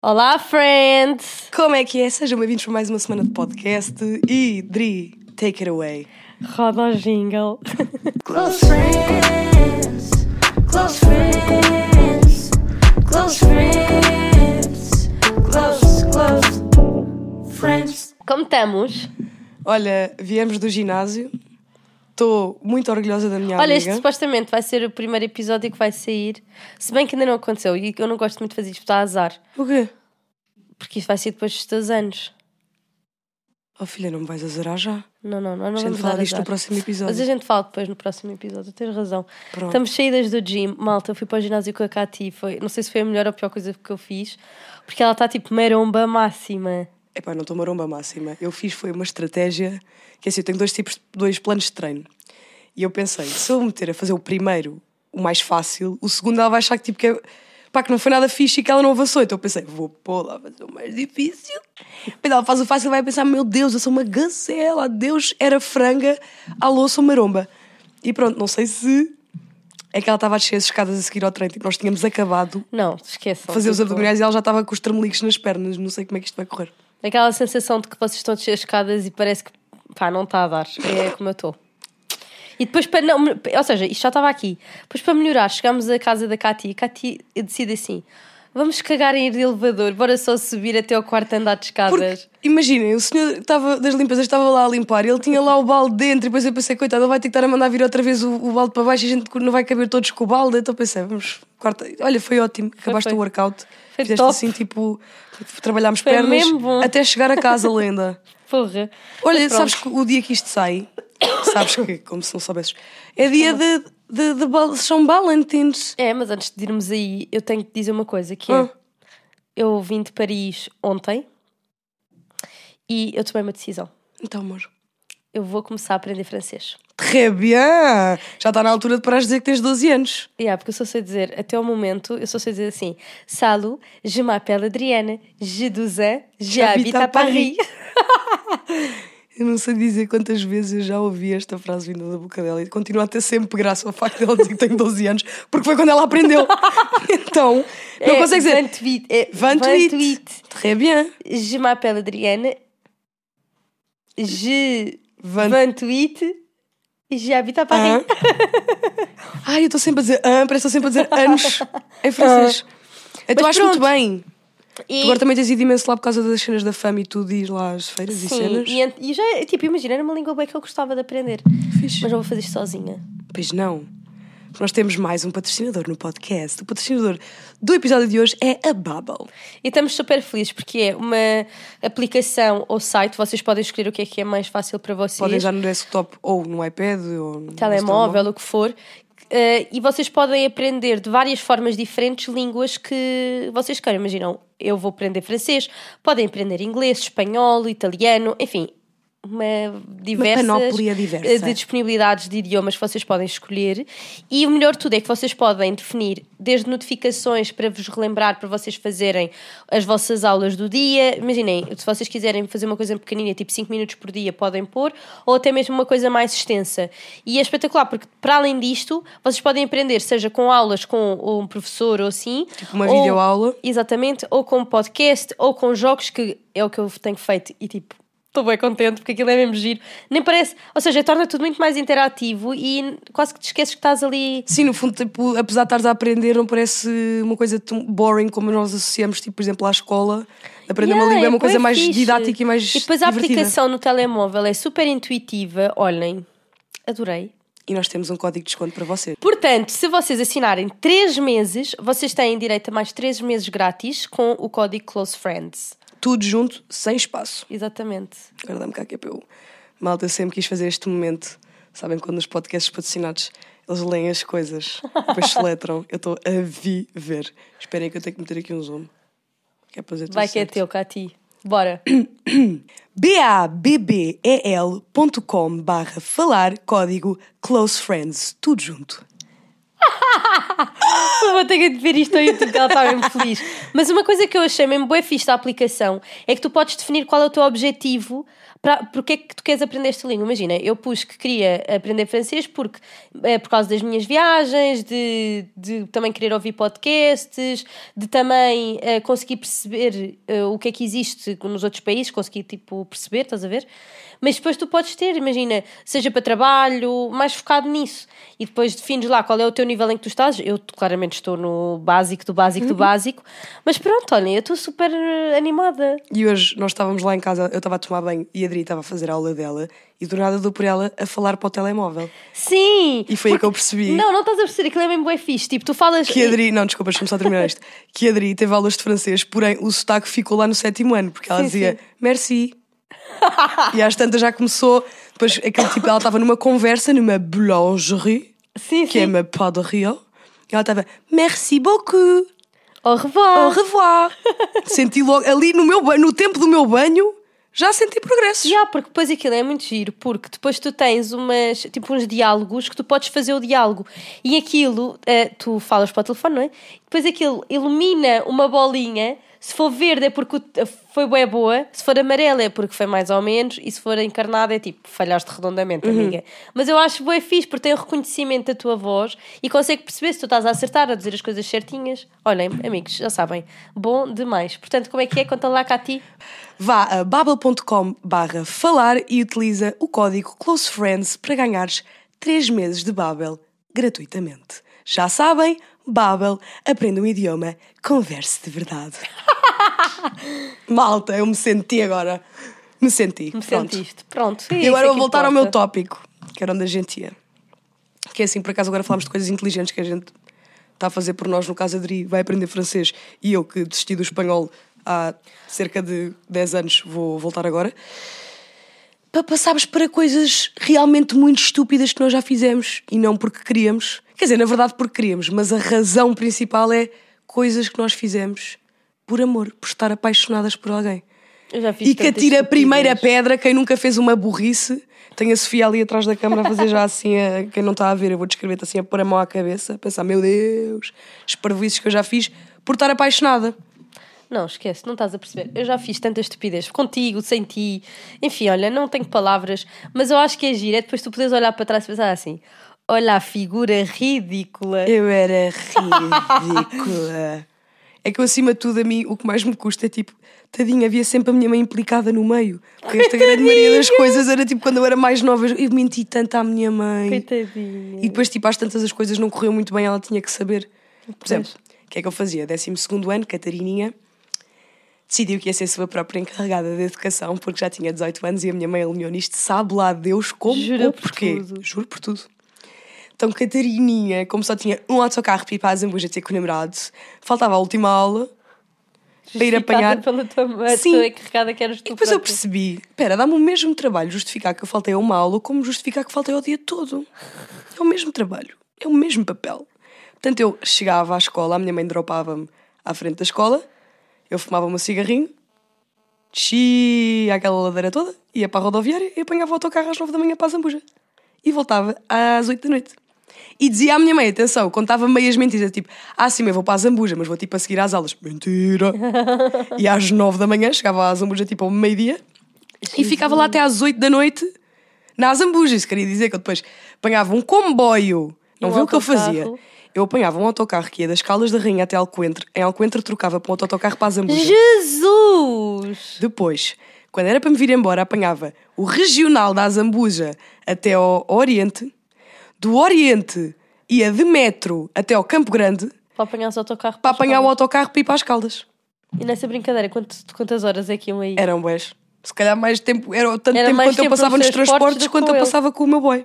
Olá, friends! Como é que é? Sejam bem-vindos para mais uma semana de podcast e Dri, take it away. Roda o jingle. Close friends, close friends, close friends, close friends. Como estamos? Olha, viemos do ginásio, estou muito orgulhosa da minha Olha, amiga. este supostamente vai ser o primeiro episódio que vai sair. Se bem que ainda não aconteceu e eu não gosto muito de fazer isto, está a azar. O quê? Porque isso vai ser depois dos teus anos. Oh filha, não me vais azarar já? Não A vamos gente fala dar disto azar. no próximo episódio. Mas a gente fala depois no próximo episódio, tens razão. Pronto. Estamos saídas do gym. Malta, eu fui para o ginásio com a Cati. Não sei se foi a melhor ou a pior coisa que eu fiz. Porque ela está tipo maromba máxima. Epá, não estou maromba máxima. Eu fiz foi uma estratégia, que é assim, eu tenho dois planos de treino. E eu pensei, se eu me meter a fazer o primeiro, o mais fácil, o segundo ela vai achar que tipo que é... Pá, que não foi nada fixe e que ela não avançou. Então eu pensei, vou pôr lá fazer o mais difícil. Depois ela faz o fácil e vai pensar, meu Deus, eu sou uma gazela. Deus era franga, alô, sou maromba. E pronto, não sei se é que ela estava a descer as escadas a seguir ao treino. Tipo, nós tínhamos acabado Não, esqueçam. de fazer os tipo, abdominais e ela já estava com os tremeliques nas pernas. Não sei como é que isto vai correr. Aquela sensação de que vocês estão a descer as escadas e parece que pá, não está a dar. É como eu estou. E depois para não. Ou seja, isto já estava aqui. Depois para melhorar, chegámos à casa da Cati e a Cati decide assim: vamos cagar em ir de elevador, bora só subir até ao quarto andar de escadas. Porque, imaginem, o senhor das limpezas estava lá a limpar e ele tinha lá o balde dentro e depois eu pensei, coitado, ele vai ter que estar a mandar vir outra vez o balde para baixo e a gente não vai caber todos com o balde. Então pensei, vamos, quarto. Olha, foi ótimo, acabaste foi. o workout. Foi Fizeste top. assim, tipo, trabalhámos Foi pernas mesmo bom. até chegar a casa, lenda. Porra. Olha, Mas sabes pronto. que o dia que isto sai, sabes que, como se não soubesses, é dia de São Valentins. É, mas antes de irmos aí, eu tenho que dizer uma coisa: que é, eu vim de Paris ontem e eu tomei uma decisão. Então, amor. Eu vou começar a aprender francês. Très bien! Já está na altura de parares de dizer que tens 12 anos. Porque eu só sei dizer, até o momento, eu só sei dizer assim: Salut, je m'appelle Adriana, j'ai 12 ans, j'habite à Paris. Eu não sei dizer quantas vezes eu já ouvi esta frase vinda da boca dela e continua a ter sempre graça o facto dela dizer que tem 12 anos, porque foi quando ela aprendeu. Então, não consegue dizer 28. Très bien. Je m'appelle Adriana, je 28 e j'habite à Paris. Ai, eu estou sempre a dizer parece que estou sempre a dizer anos em francês. Então Mas acho muito pronto. bem. E, Tu agora também tens ido imenso lá por causa das cenas da fama e tudo, e ir lá às feiras e sim, cenas. e já, tipo, imagina, era uma língua bem que eu gostava de aprender. Fixe. Mas não vou fazer isto sozinha. Pois não. Nós temos mais um patrocinador no podcast. O patrocinador do episódio de hoje é a Babbel. E estamos super felizes porque é uma aplicação ou site, vocês podem escolher o que é mais fácil para vocês. Podem usar no desktop ou no iPad ou no Telemóvel, o que for. E vocês podem aprender de várias formas diferentes línguas que vocês queiram. Imaginam, eu vou aprender francês, podem aprender inglês, espanhol, italiano, enfim, uma panóplia diversa de disponibilidades de idiomas que vocês podem escolher. E o melhor de tudo é que vocês podem definir desde notificações para vos relembrar, para vocês fazerem as vossas aulas do dia. Imaginem, se vocês quiserem fazer uma coisa pequenina, tipo 5 minutos por dia, podem pôr, ou até mesmo uma coisa mais extensa. E é espetacular, porque para além disto, vocês podem aprender, seja com aulas com um professor ou assim. Tipo uma videoaula. Exatamente, ou com podcast, ou com jogos, que é o que eu tenho feito. E tipo, estou bem contente porque aquilo é mesmo giro. Nem parece... Ou seja, torna tudo muito mais interativo e quase que te esqueces que estás ali... Sim, no fundo, tipo, apesar de estares a aprender, não parece uma coisa tão boring como nós associamos, tipo, por exemplo, à escola. Aprender uma língua é uma coisa mais fixe. didática e mais E depois a divertida. aplicação no telemóvel é super intuitiva. Olhem, adorei. E nós temos um código de desconto para vocês. Portanto, se vocês assinarem 3 meses, vocês têm direito a mais 3 meses grátis com o código Close Friends. Tudo junto, sem espaço. Exatamente. Agora dá-me cá que é para eu... Malta, eu sempre quis fazer este momento. Sabem, quando nos podcasts patrocinados eles leem as coisas, depois soletram. Eu estou a viver. Esperem que eu tenho que meter aqui um zoom. Que é para fazer tudo Vai que é certo. teu, Cati. Bora. babbel.com/falar código Close Friends. Tudo junto. Vou ter que ver isto ao YouTube, que ela está mesmo feliz. Mas uma coisa que eu achei mesmo bué fixe da aplicação é que tu podes definir qual é o teu objetivo para porque é que tu queres aprender esta língua. Imagina, eu pus que queria aprender francês porque, por causa das minhas viagens, de também querer ouvir podcasts, de também conseguir perceber o que é que existe nos outros países, conseguir tipo perceber, estás a ver? Mas depois tu podes ter, imagina, seja para trabalho, mais focado nisso. E depois defines lá qual é o teu nível em que tu estás. Eu claramente estou no básico do básico do básico. Mas pronto, olha, eu estou super animada. E hoje nós estávamos lá em casa, eu estava a tomar banho e a Adri estava a fazer a aula dela e do nada dou por ela a falar para o telemóvel. Sim! E foi aí que eu percebi. Não estás a perceber, aquilo é mesmo bué fixe. Tipo, tu falas... Que a Adri, não, desculpa, deixa-me só terminar isto. Que a Adri teve aulas de francês, porém o sotaque ficou lá no 7º ano, porque ela Sim, dizia sim. merci. E às tantas já começou, depois aquele tipo, ela estava numa conversa, numa boulangerie, Sim, que é uma padaria, e ela estava merci beaucoup, Au revoir! au revoir. Senti logo, ali no meu banho, no tempo do meu banho, já senti progressos. Porque depois aquilo é muito giro, porque depois tu tens uns diálogos que tu podes fazer o diálogo e aquilo, tu falas para o telefone, não é? Depois aquilo ilumina uma bolinha, se for verde é porque foi bué boa, se for amarela é porque foi mais ou menos e se for encarnada é tipo, falhaste redondamente, amiga. Mas eu acho bué fixe porque tem o reconhecimento da tua voz e consegue perceber se tu estás a acertar, a dizer as coisas certinhas. Olhem, amigos, já sabem, bom demais. Portanto, como é que é? Conta lá cá a ti. Vá a babbel.com/falar e utiliza o código CLOSEFRIENDS para ganhares 3 meses de Babbel gratuitamente. Já sabem, Babbel, aprenda um idioma, converse de verdade. Malta, eu me senti agora. Me senti. Pronto. Sentiste. Pronto. E agora vou voltar ao meu tópico, que era onde a gente ia. Que é assim, por acaso agora falamos de coisas inteligentes que a gente está a fazer por nós. No caso, a Adri vai aprender francês e eu, que desisti do espanhol há cerca de 10 anos, vou voltar agora. Para passarmos para coisas realmente muito estúpidas que nós já fizemos e não porque queríamos. Quer dizer, na verdade porque queríamos, mas a razão principal é coisas que nós fizemos por amor, por estar apaixonadas por alguém. Eu já fiz E que tantas atira a primeira estupidez. pedra quem nunca fez uma burrice. Tenho a Sofia ali atrás da câmara a fazer já assim, quem não está a ver, eu vou descrever-te assim, a pôr a mão à cabeça, a pensar, meu Deus, as parvoíces que eu já fiz por estar apaixonada. Não, esquece, não estás a perceber. Eu já fiz tanta estupidez contigo, sem ti. Enfim, olha, não tenho palavras, mas eu acho que é giro. É depois tu podes olhar para trás e pensar assim: olha a figura ridícula. Eu era ridícula. É que eu, acima de tudo, a mim, o que mais me custa é tipo, tadinha, havia sempre a minha mãe implicada no meio. Porque esta grande maioria das coisas era tipo quando eu era mais nova, eu menti tanto à minha mãe. Coitadinha. E depois, tipo, às tantas as coisas não corriam muito bem, ela tinha que saber. Por exemplo, o que é que eu fazia? 12º ano, Catarininha decidiu que ia ser sua própria encarregada de educação porque já tinha 18 anos e a minha mãe alinhou nisto, sabe lá Deus como Jura ou por porquê. tudo. Juro por tudo. Então Catarininha, como só tinha um autocarro para ir para a Zambuja ter com o namorado, faltava a última aula para ir apanhar. Pela tua mãe, Sim. tua encarregada que eras tu E depois eu própria. percebi, espera, dá-me o mesmo trabalho justificar que eu faltei a uma aula como justificar que faltei ao dia todo. É o mesmo trabalho, é o mesmo papel. Portanto, eu chegava à escola, a minha mãe dropava-me à frente da escola, eu fumava o meu cigarrinho, descia aquela ladeira toda, ia para a rodoviária e apanhava o autocarro às 9 da manhã para a Zambuja. E voltava às 8 da noite. E dizia à minha mãe, atenção, contava meias mentiras, tipo, sim, eu vou para a Zambuja, mas vou tipo a seguir às aulas. Mentira! E às 9 da manhã chegava à Zambuja tipo ao meio-dia e ficava lá até às 8 da noite na Zambuja. Isso queria dizer que eu depois apanhava um comboio. Não Um vê o que eu fazia? autocarro. Eu apanhava um autocarro que ia das Caldas da Rainha até Alcoentre. Em Alcoentre trocava para um autocarro para a Zambuja. Jesus! Depois, quando era para me vir embora, apanhava o regional da Zambuja até ao Oriente. Do Oriente ia de metro até ao Campo Grande Para apanhar o autocarro para as apanhar o Caldas. autocarro para ir para as Caldas. E nessa brincadeira, quantas horas é que iam aí? Eram bués. Se calhar mais tempo, era tanto Era tempo mais quanto eu tempo passava nos nos transportes transportes do que quanto com eu ele. passava com o meu boy.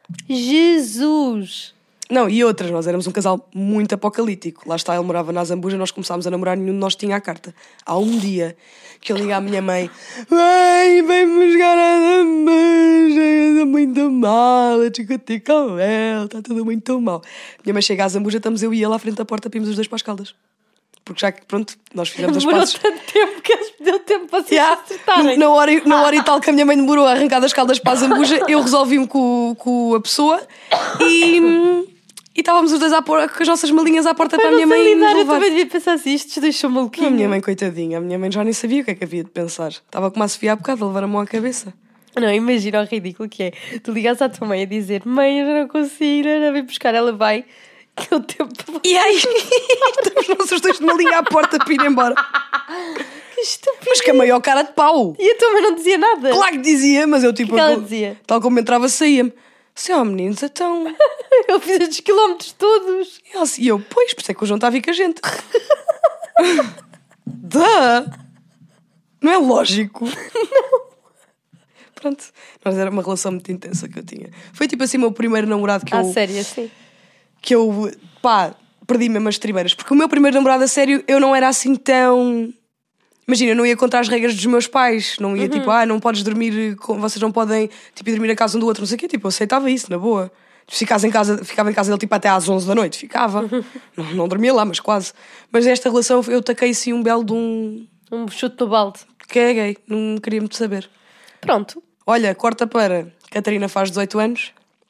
Jesus! Não, e outras, nós éramos um casal muito apocalíptico. Lá está, ele morava na Zambuja, nós começámos a namorar, nenhum de nós tinha a carta. Há um dia que eu ligo à minha mãe: mãe, vem-me jogar a Zambuja, está muito mal, eu discuti com ela, está tudo muito mal. Minha mãe chega à Zambuja, estamos eu e ele à frente da porta, pimos os dois para as Caldas. Porque já que, pronto, nós fizemos as Demorou pazes. tanto tempo que eles deu tempo para se Yeah. acertarem. Na hora e tal que a minha mãe demorou a arrancar das Caldas para a Zambuja, eu resolvi-me com a pessoa E estávamos os dois com as nossas malinhas à porta para a Para minha não mãe sei lidar, nos eu levar. também devia pensar assim, isto deixou A maluquinho. minha mãe, coitadinha, a minha mãe já nem sabia o que é que havia de pensar. Estava como a Sofia há bocado a levar a mão à cabeça. Não, imagina o ridículo que é. Tu ligas à tua mãe a dizer: mãe, eu já não consigo, não vem buscar. Ela vai, que o tempo. E aí, estamos nós os dois de malinha à porta para ir embora. Que estúpido. Mas que a maior cara de pau. E a tua mãe não dizia nada. Claro que dizia, mas eu tipo... O que ela dizia? Tal como entrava, saía-me. Senhor, meninos, então... Eu fiz estes quilómetros todos. E eu, pois, por isso é que o João está a vir com a gente. Duh! Não é lógico. Não. Pronto. Mas era uma relação muito intensa que eu tinha. Foi tipo assim o meu primeiro namorado que Sério, assim. que eu, pá, perdi mesmo as tribeiras. Porque o meu primeiro namorado a sério, eu não era assim tão... Imagina, eu não ia contra as regras dos meus pais. Não ia tipo, não podes dormir, vocês não podem tipo, ir dormir a casa um do outro, não sei o quê. Tipo, eu aceitava isso, na boa. Ficava em casa dele tipo até às 11 da noite. Ficava. Não dormia lá, mas quase. Mas nesta relação eu taquei assim um belo de um... Um chute no balde. Caguei, não queria muito saber. Pronto. Olha, corta para... Catarina faz 18 anos.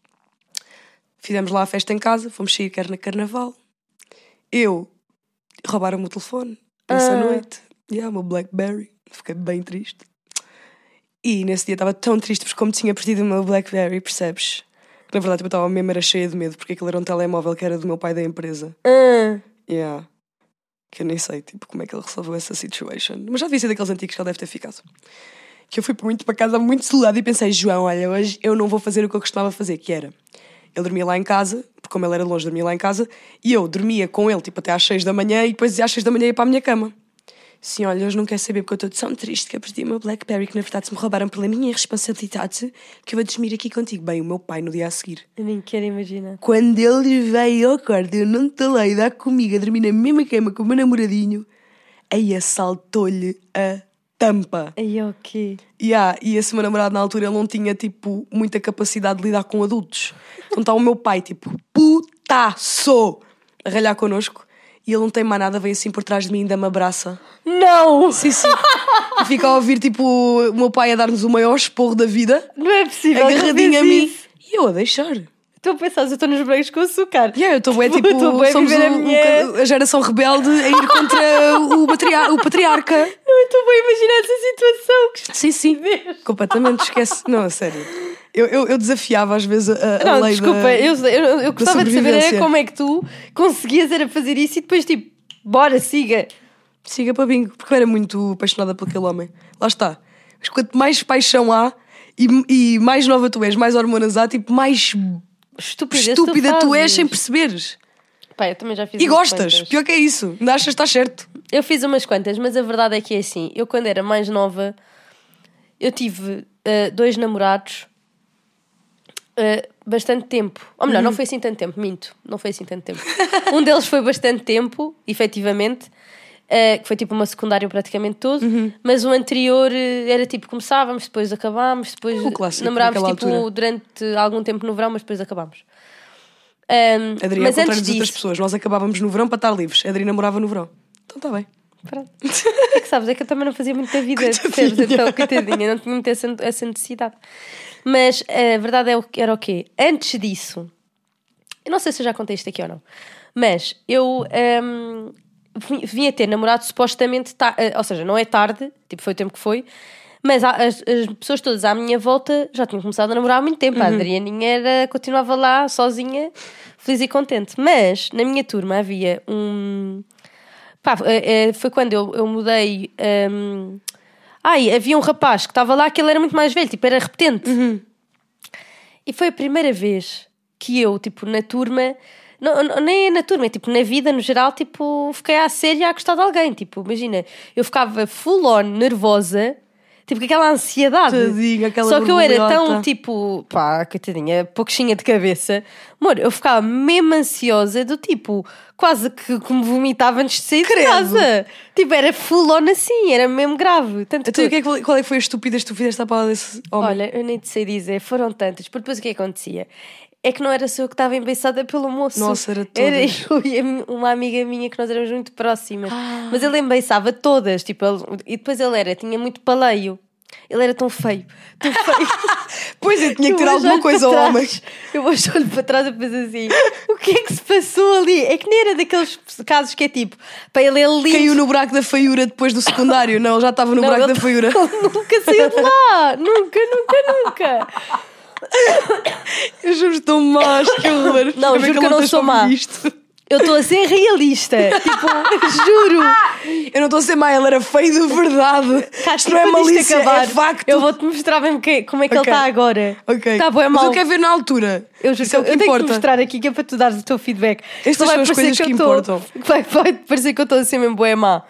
Fizemos lá a festa em casa. Fomos sair, quer na carnaval. Roubaram-me o telefone. Essa noite. O meu Blackberry. Fiquei bem triste. E nesse dia estava tão triste porque como tinha perdido o meu Blackberry, percebes? Que na verdade tipo, eu estava mesmo era cheia de medo porque aquilo era um telemóvel que era do meu pai da empresa. Que eu nem sei tipo, como é que ele resolveu essa situation. Mas já devia ser daqueles antigos que ele deve ter ficado. Que eu fui muito para casa muito celular e pensei, João, olha, hoje eu não vou fazer o que eu costumava fazer, que era... Ele dormia lá em casa, porque como ele era longe, dormia lá em casa, e eu dormia com ele tipo até às 6 da manhã e depois às 6 da manhã ia para a minha cama. Sim, olha, hoje não quero saber porque eu estou tão triste que eu perdi o meu Blackberry, que na verdade se me roubaram pela minha responsabilidade, que eu vou dormir aqui contigo. Bem, o meu pai no dia a seguir. Eu nem quero imaginar. Quando ele veio ao quarto, eu não estou lá e dá comigo a dormir na mesma cama com o meu namoradinho, aí assaltou-lhe a tampa. Aí é o quê? E esse meu namorado na altura, ele não tinha, tipo, muita capacidade de lidar com adultos. Então está o meu pai, tipo, putaço, a ralhar connosco. E ele não tem mais nada, vem assim por trás de mim e ainda me abraça. Não! Sim. E fica a ouvir, tipo, o meu pai a dar-nos o maior esporro da vida. Não é possível. Agarradinho a mim. Isso. E eu a deixar. Estou a pensar, eu estou nos brancos com açúcar. Eu estou bem, tipo, Estou bem a somos viver a minha... a geração rebelde a ir contra o patriarca. Não, eu estou bem a imaginar essa situação. Sim. Completamente, esquece. Não, a sério. Eu desafiava às vezes a Não, lei desculpa, da... eu gostava de saber sobrevivência. como é que tu conseguias era fazer isso e depois tipo, bora, siga. Siga para bingo, porque eu era muito apaixonada por aquele homem. Lá está. Mas quanto mais paixão há e mais nova tu és, mais hormonas há, tipo, mais estúpida tu és sem perceberes. Pá, eu também já fiz E umas gostas, quantas. pior que é isso. Ainda achas que está certo. Eu fiz umas quantas, mas a verdade é que é assim. Eu quando era mais nova, eu tive 2 namorados bastante tempo. Ou melhor, não foi assim tanto tempo, minto. Não foi assim tanto tempo. Um deles foi bastante tempo, efetivamente. Que foi tipo uma secundária praticamente todo, mas o anterior era tipo, começávamos, depois acabámos, depois O clássico, namorámos naquela tipo altura. durante algum tempo no verão, mas depois acabámos. Adriana, Mas ao contrário antes das outras disso, pessoas, nós acabávamos no verão para estar livres. A Adriana namorava no verão. Então está bem. pronto. É que sabes, é que eu também não fazia muito da vida, percebes? Então, coitadinha, não tinha muito essa necessidade. Mas a verdade era o quê? Antes disso, eu não sei se eu já contei isto aqui ou não, mas eu vim a ter namorado supostamente, ou seja, não é tarde, tipo foi o tempo que foi, mas as pessoas todas à minha volta já tinham começado a namorar há muito tempo. A Adrianinha continuava lá sozinha, feliz e contente. Mas na minha turma havia um... Pá, foi quando eu mudei... havia um rapaz que estava lá que ele era muito mais velho, tipo, era repetente. E foi a primeira vez que eu, tipo, na turma... Não, nem na turma, tipo, na vida, no geral, tipo, fiquei à séria a gostar de alguém. Tipo, imagina, eu ficava full on nervosa, tipo, com aquela ansiedade. Tadinha, aquela Só que eu era borboleta. tão, tipo, pá, coitadinha, pouquinha de cabeça. Amor, eu ficava mesmo ansiosa, do tipo, quase que me vomitava antes de sair de casa. Tipo, era full on assim, era mesmo grave. Tanto Então, que... qual é que foi a estupidez que tu fizeste à pala desse homem? Olha, eu nem te sei dizer, foram tantas, porque depois o que acontecia? É que não era só eu que estava embeiçada pelo moço. Nossa, era Era todas. eu e uma amiga minha que nós éramos muito próximas. Mas ele embeiçava todas, tipo, e depois ele tinha muito paleio. Ele era tão feio, tão feio. Pois eu tinha que ter Eu alguma olho coisa para ao trás, homem. Eu hoje olho para trás e penso assim: o que é que se passou ali? É que nem era daqueles casos que é tipo, para ele é lindo. Caiu no buraco da feiura depois do secundário. Não, ele já estava no buraco ele da feiura. ele nunca saiu de lá. Nunca. Eu juro, estou más, que horror. Não, Ainda bem juro que ele eu não tem sou ouvido má. isto. Eu estou a ser realista. Tipo, juro. Eu não estou a ser má, ele era feio de verdade. Isto não é Quando isto malícia, acabar, é facto. Eu vou-te mostrar mesmo como é que ele Ok. está agora. Ok. Está bem Mas mal. eu quero ver na altura. Eu juro Isso é o que que eu tenho que importa. mostrar aqui que é para tu dares o teu feedback. Estas Senão vai são as parecer coisas que eu tô- importam. Vai parecer que eu estou a ser mesmo bué má.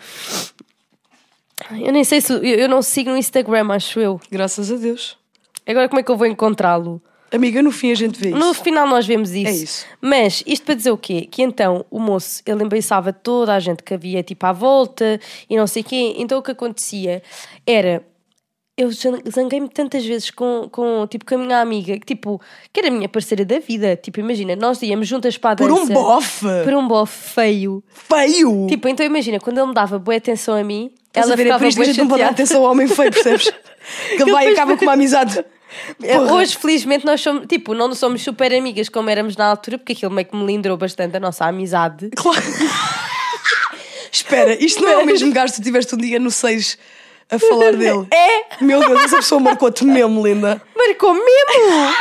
Eu nem sei se... Eu não sigo no Instagram, acho eu. Graças a Deus. Agora como é que eu vou encontrá-lo? Amiga, no fim a gente vê isso. No final nós vemos isso. É isso. Mas isto para dizer o quê? Que então o moço, ele embeiçava toda a gente que havia tipo à volta e não sei o quê. Então o que acontecia era... Eu zanguei-me tantas vezes com a minha amiga, que era a minha parceira da vida. Tipo, imagina, nós íamos juntas para a Por dança. um bofe. Por um bofe feio. Feio. Tipo, então imagina, quando ele me dava boa atenção a mim, Estás ela a ver, é ficava por isto que a bué gente não pode dar chateada. atenção ao homem feio, percebes? Que ele vai e depois- acaba com uma amizade. Porra. Hoje, felizmente, nós somos, tipo, não somos super amigas como éramos na altura, porque aquilo meio que melindrou bastante a nossa amizade. Claro. Espera, isto não é o mesmo gajo que tu tiveste um dia no 6 a falar dele. É? Meu Deus, essa pessoa marcou-te mesmo, linda. Marcou mesmo!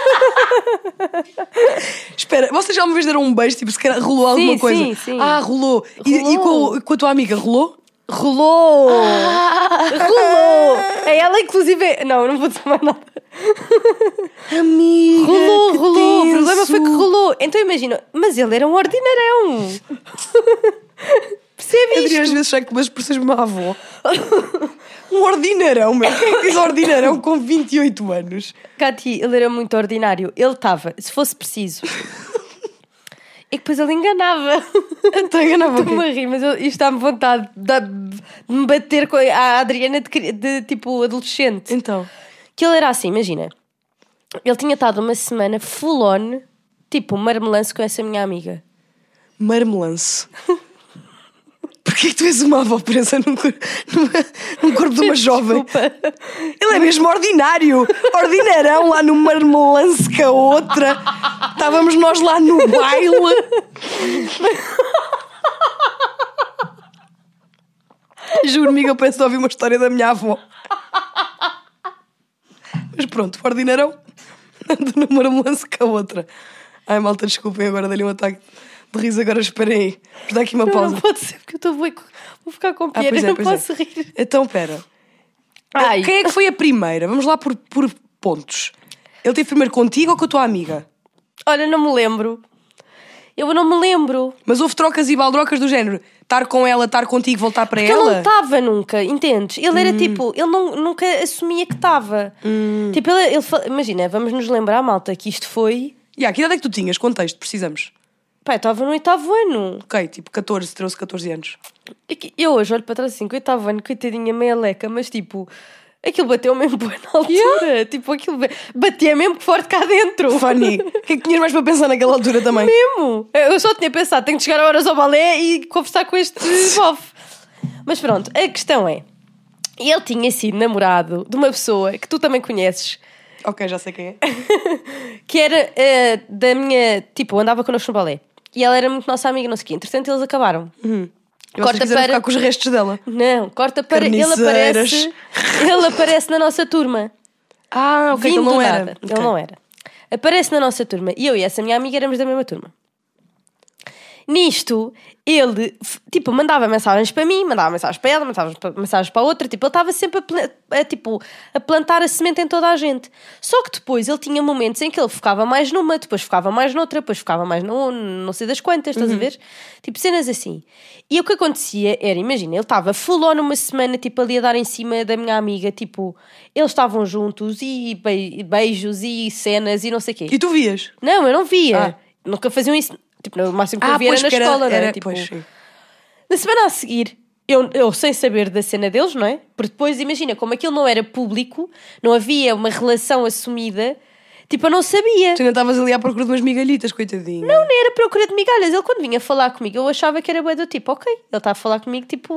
Espera, vocês já uma vez deram um beijo, tipo, se calhar rolou alguma Sim, coisa? sim, sim. Ah, rolou. E Rolou. com a tua amiga, rolou? Rolou! Rolou! É ela, inclusive. Não, eu não vou dizer mais nada. Amiga, que Rolou. O tenso. problema foi que rolou. Então imagina, mas ele era um ordinarão. Percebe Eu diria às isto? vezes já que mas por seres uma avó. Um ordinarão, meu. Quem é que diz ordinarão com 28 anos? Cati, ele era muito ordinário. Ele estava, se fosse preciso. E depois ele enganava. Então enganava o Estou-me quê? a rir, mas isto dá-me vontade de me bater com a Adriana de tipo adolescente. Então. Que ele era assim, imagina. Ele tinha estado uma semana full on, tipo marmelanço com essa minha amiga. Marmelanço. Porquê que tu és uma avó presa num corpo de uma jovem? Desculpa. Ele é mesmo ordinário. Ordinarão lá no marmelanço com a outra. Estávamos nós lá no baile. Juro, amiga, eu penso de ouvir uma história da minha avó. Mas pronto, o ordinarão anda no marmelanço com a outra. Ai, malta, desculpem, agora dei-lhe um ataque de riso. Agora esperem aí. Vamos dar aqui uma pausa. Não pode ser porque eu vou ficar com piada, pois é, não pois posso é. rir. Então, pera. Ai. Quem é que foi a primeira? Vamos lá por pontos. Ele teve primeiro contigo ou com a tua amiga? Olha, não me lembro. Eu não me lembro. Mas houve trocas e baldrocas do género. Estar com ela, estar contigo, voltar para Porque ele ela? não estava nunca, entendes? Ele era tipo, ele nunca assumia que estava. Tipo, imagina, vamos nos lembrar, malta, que isto foi. Que idade é que tu tinhas? Contexto, precisamos. Pá, eu estava no 8º ano. Ok, tipo 14, 13, 14 anos. Eu hoje olho para trás assim, 8º ano, coitadinha, meia leca, mas tipo, aquilo bateu mesmo bem na altura. Tipo, aquilo batia mesmo forte cá dentro. Funny. O que é que tinhas mais para pensar naquela altura também? Mesmo. Eu só tinha pensado, tenho que chegar a horas ao balé e conversar com este bofe. Mas pronto, a questão é, ele tinha sido namorado de uma pessoa que tu também conheces, Ok, já sei quem é. que era da minha, tipo, andava connosco no balé. E ela era muito nossa amiga, não sei o quê. Entretanto, eles acabaram. E vocês Corta quiseram para- ficar com os restos dela. Não, corta para... Carniceiras. Ele aparece na nossa turma. Ah, ok, Vindo então não do era. nada. Ele não era. Aparece na nossa turma. E eu e essa minha amiga éramos da mesma turma. Nisto, ele, tipo, mandava mensagens para mim, mandava mensagens para ela, mandava mensagens para a outra. Tipo, ele estava sempre a plantar a semente em toda a gente. Só que depois ele tinha momentos em que ele focava mais numa, depois focava mais noutra, depois focava mais não sei das quantas, estás a ver? Tipo, cenas assim. E o que acontecia era, imagina, ele estava full on uma semana, tipo, ali a dar em cima da minha amiga, tipo, eles estavam juntos e beijos e cenas e não sei o quê. E tu vias? Não, eu não via. Ah. Nunca faziam isso. Tipo, no máximo que eu via era na que escola, não é? Tipo, pois, sim. na semana a seguir, eu sem saber da cena deles, não é? Porque depois, imagina, como aquilo não era público, não havia uma relação assumida, tipo, eu não sabia. Tu ainda estavas ali à procura de umas migalhitas, coitadinha. Nem era procura de migalhas. Ele, quando vinha falar comigo, eu achava que era bué do tipo, ok, ele está a falar comigo, tipo,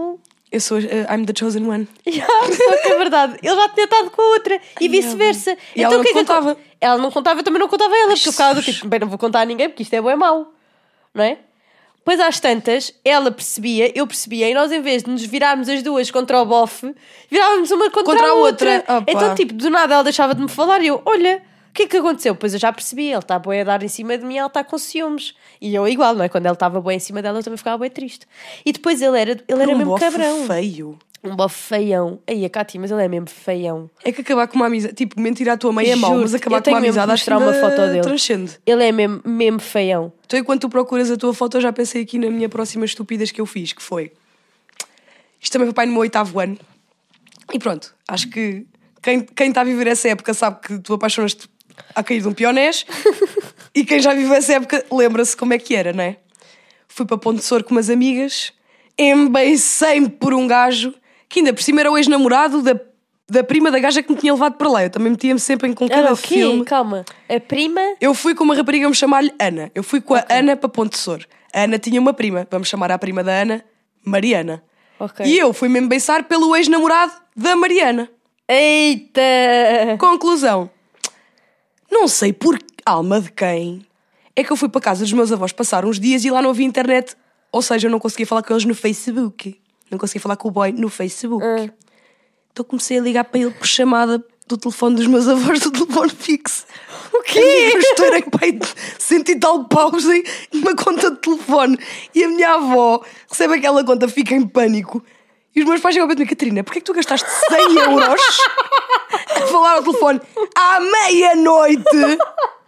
Eu sou I'm the chosen one. Só que é verdade. Ele já tinha estado com a outra e vice-versa. E ela não o que é que contava. Ela não contava, eu também não contava a ela, porque eu ficava do tipo, bem, não vou contar a ninguém porque isto é bué mau. Não é? Depois às tantas, ela percebia, eu percebia, e nós em vez de nos virarmos as duas contra o bofe, virávamos uma contra a outra. Opa. Então tipo, do nada ela deixava de me falar e eu, olha, o que é que aconteceu? Pois eu já percebi, ele está bué a dar em cima de mim, ela está com ciúmes. E eu igual, não é? Quando ele estava bué em cima dela, eu também ficava bué triste. E depois ele era mesmo bofe cabrão. feio. Um bofe feião. Aí a Cátia, mas ele é mesmo feião. É que acabar com uma amizade, tipo, mentir à tua mãe é mau, mas Juro-te, acabar eu com tenho uma mesmo amizade que acho que mostrar uma foto dele. transcende. Ele é mesmo feião. Então, enquanto tu procuras a tua foto, eu já pensei aqui na minha próxima estupidez que eu fiz, que foi... Isto também foi pai no meu 8º ano. E pronto, acho que quem está a viver essa época sabe que tu apaixonas-te a cair de um pionés. E quem já viveu essa época lembra-se como é que era, não é? Fui para Ponte de Sor com umas amigas, embeicei-me por um gajo que ainda por cima era o ex-namorado da prima da gaja que me tinha levado para lá. Eu também metia-me sempre em com cada Era o quê? filme. Calma. A prima... Eu fui com uma rapariga, vamos chamar-lhe Ana. Eu fui com a Ana para Ponte de Sor. A Ana tinha uma prima, vamos chamar a prima da Ana Mariana. Ok. E eu fui-me embeiçar pelo ex-namorado da Mariana. Eita! Conclusão. Não sei por alma de quem é que eu fui para casa dos meus avós passar uns dias e lá não havia internet. Ou seja, eu não conseguia falar com eles no Facebook. Não conseguia falar com o boy no Facebook. Então comecei a ligar para ele por chamada do telefone dos meus avós, do telefone fixo. O quê? Eu estourei pai 100 e tal paus em uma conta de telefone. E a minha avó recebe aquela conta, fica em pânico. E os meus pais chegam a dizer: Catarina, porquê é que tu gastaste 100 euros a falar ao telefone à meia-noite?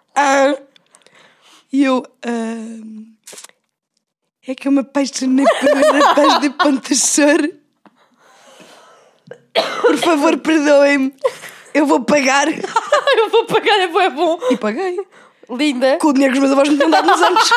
E eu... é que eu me apaixonei pelo rapaz de Ponte de Sor. Por favor, perdoem-me. Eu vou pagar. Eu vou pagar, é bué bom. E paguei. Linda. Com o dinheiro que os meus avós me tinham dado nos anos.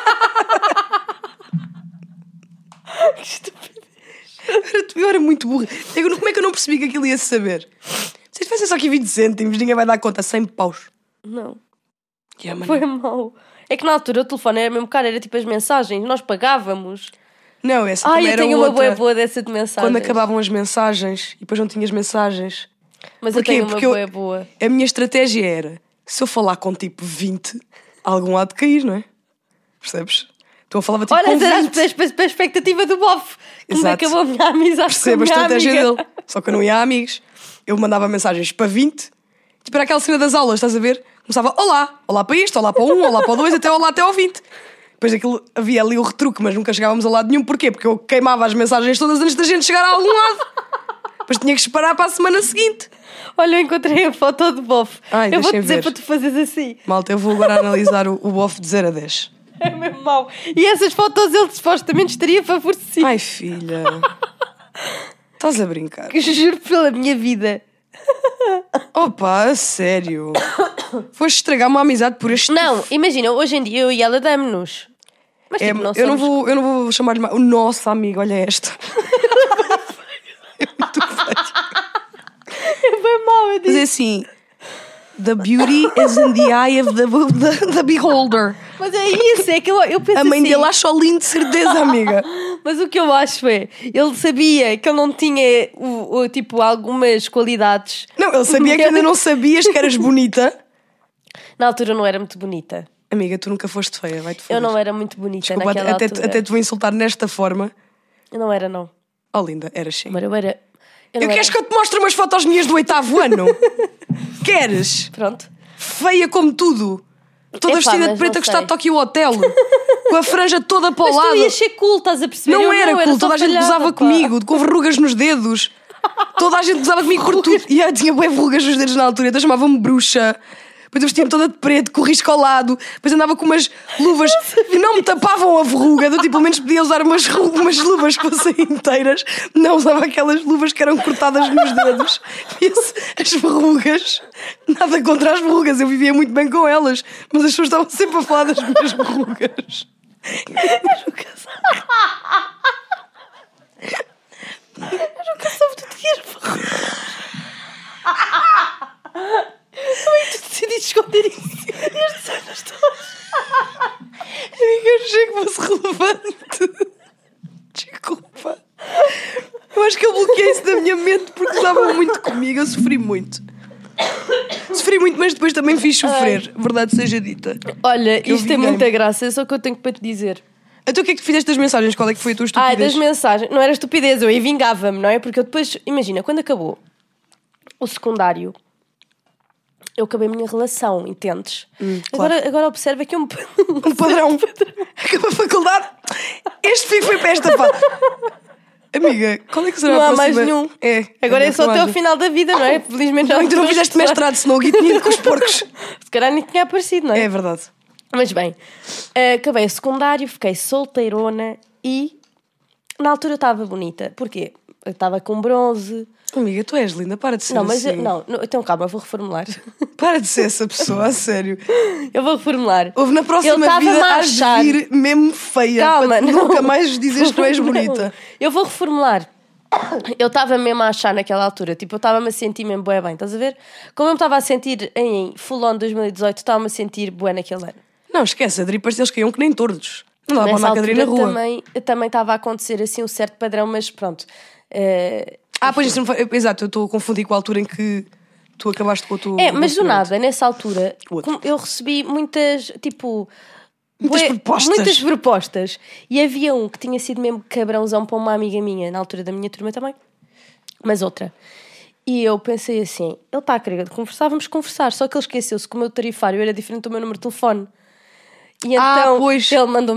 Que estupidez. Eu era muito burra. Como é que eu não percebi que aquilo ia-se saber? Se tivesse só aqui 20 cêntimos, ninguém vai dar conta. 100 paus. Não. Yeah, Foi mau. É que na altura o telefone era mesmo caro, era tipo as mensagens, nós pagávamos. Não, essa Ai, também eu era tenho outra. uma bué boa dessa de mensagens. Quando acabavam as mensagens e depois não tinhas mensagens. Mas Porquê? eu tenho uma Porque bué boa. A minha estratégia era, se eu falar com tipo 20, algum lado de cair, não é? Percebes? Então eu falava tipo Olha, com 20. era a expectativa do bofe. Que me Exato. acabou a minha amizade Percebo a com a minha estratégia amiga. dele. Só que eu não ia a amigos. Eu mandava mensagens para 20. Tipo, era aquela cena das aulas, estás a ver? Começava olá, olá para isto, olá para o 1, olá para o 2, até olá até ao 20. Depois aquilo, havia ali o retruque, mas nunca chegávamos a lado nenhum. Porquê? Porque eu queimava as mensagens todas antes da gente chegar a algum lado. Depois tinha que esperar para a semana seguinte. Olha, eu encontrei a foto do bofe. Ai, Eu vou-te deixem dizer ver. para tu fazeres assim. Malta, eu vou agora analisar o bofe de 0 a 10. É mesmo mau. E essas fotos ele supostamente estaria favorecido. Ai, filha. Estás a brincar? Que juro pela minha vida. Opa, a sério. Foste estragar uma amizade por este... Não, imagina, hoje em dia eu e ela damos-nos. Mas tipo, não eu não somos... vou chamar-lhe mais. O nosso amigo, olha esta. É muito feio. É bem mau, eu Mas disse. é assim: the beauty is in the eye of the beholder. Mas é isso, é aquilo. Eu penso A mãe assim, dele acha lindo de certeza, amiga. Mas o que eu acho é, ele sabia que ele não tinha tipo algumas qualidades. Não, ele sabia que ainda não sabias que eras bonita. Na altura eu não era muito bonita. Amiga, tu nunca foste feia, vai-te foder. Eu não era muito bonita Desculpa, naquela altura. até te vou insultar nesta forma. Eu não era, não. Oh, linda, eras sim. Mas eu era... Eu queres que eu te mostre umas fotos minhas do 8º ano? Queres? Pronto. Feia como tudo. Toda Epá, vestida de mas preto não a gostar sei. de Tokyo Hotel. Com a franja toda para o Mas lado. tu ias ser cool, estás a perceber? Não Eu era cool, só toda a gente falhava, gozava pá. comigo, com verrugas nos dedos. Toda a gente gozava comigo por tudo. E eu tinha bué verrugas nos dedos na altura, então chamava-me bruxa. Depois eu vestia-me toda de preto, com o risco ao lado. Depois andava com umas luvas que não me tapavam a verruga. Do tipo, pelo menos podia usar umas luvas que fossem inteiras. Não usava aquelas luvas que eram cortadas nos dedos. Via-se as verrugas. Nada contra as verrugas, eu vivia muito bem com elas. Mas as pessoas estavam sempre a falar das minhas verrugas. Eu nunca soube que tu tinhas verrugas. Como é que tu decidiste esconder isso? Estes anos todos. Amiga, eu achei que fosse relevante. Desculpa. lamento porque usavam muito comigo, eu sofri muito. Sofri muito, mas depois também fiz sofrer, verdade seja dita. Olha, Eu isto tem vinguei-me. muita graça, é só o que eu tenho para te dizer. Então o que é que fizeste das mensagens? Qual é que foi a tua estupidez? Das mensagens. Não era estupidez, eu aí vingava-me, não é? Porque eu depois, imagina, quando acabou o secundário, eu acabei a minha relação, entendes? claro. Agora observa que eu me... Um padrão. Acabou a faculdade. Este fim foi para esta pá. Amiga, qual é que será Não a há mais próxima? nenhum. É. Agora é só até ao final. final da vida, não é? Felizmente já Não, tu não fizeste mestrado, senão o Gui tinha ido com os porcos. Se calhar nem tinha aparecido, não é? É verdade. Mas bem, acabei o secundário, fiquei solteirona e na altura eu estava bonita. Porquê? Eu estava com bronze. Amiga, tu és linda, para de ser Não, mas assim. não, então calma, eu vou reformular. Para de ser essa pessoa, a sério. Eu vou reformular. Houve na próxima Ele estava-me vida a has de achar. vir mesmo feia. Calma, para não. nunca mais dizes que tu és Não. bonita. Eu vou reformular. Eu estava mesmo a achar naquela altura, tipo, eu estava-me a sentir mesmo bué bem, estás a ver? Como eu me estava a sentir em Full On 2018, estava-me a sentir bué naquele ano. Não, esquece, a dripas eles caíam que nem tordos. Não dava para Nessa andar a cadeira na rua. também estava a acontecer assim um certo padrão, mas pronto. Pois isso não foi. Exato, eu estou a confundir com a altura em que tu acabaste com o teu. Mas do relacionamento. nada, nessa altura, Outro. eu recebi muitas, tipo... Muitas propostas. Muitas propostas. E havia um que tinha sido mesmo cabrãozão para uma amiga minha, na altura da minha turma também. Mas outra. E eu pensei assim, ele está a querer conversar, vamos conversar. Só que ele esqueceu-se que o meu tarifário era diferente do meu número de telefone. E então pois. ele mandou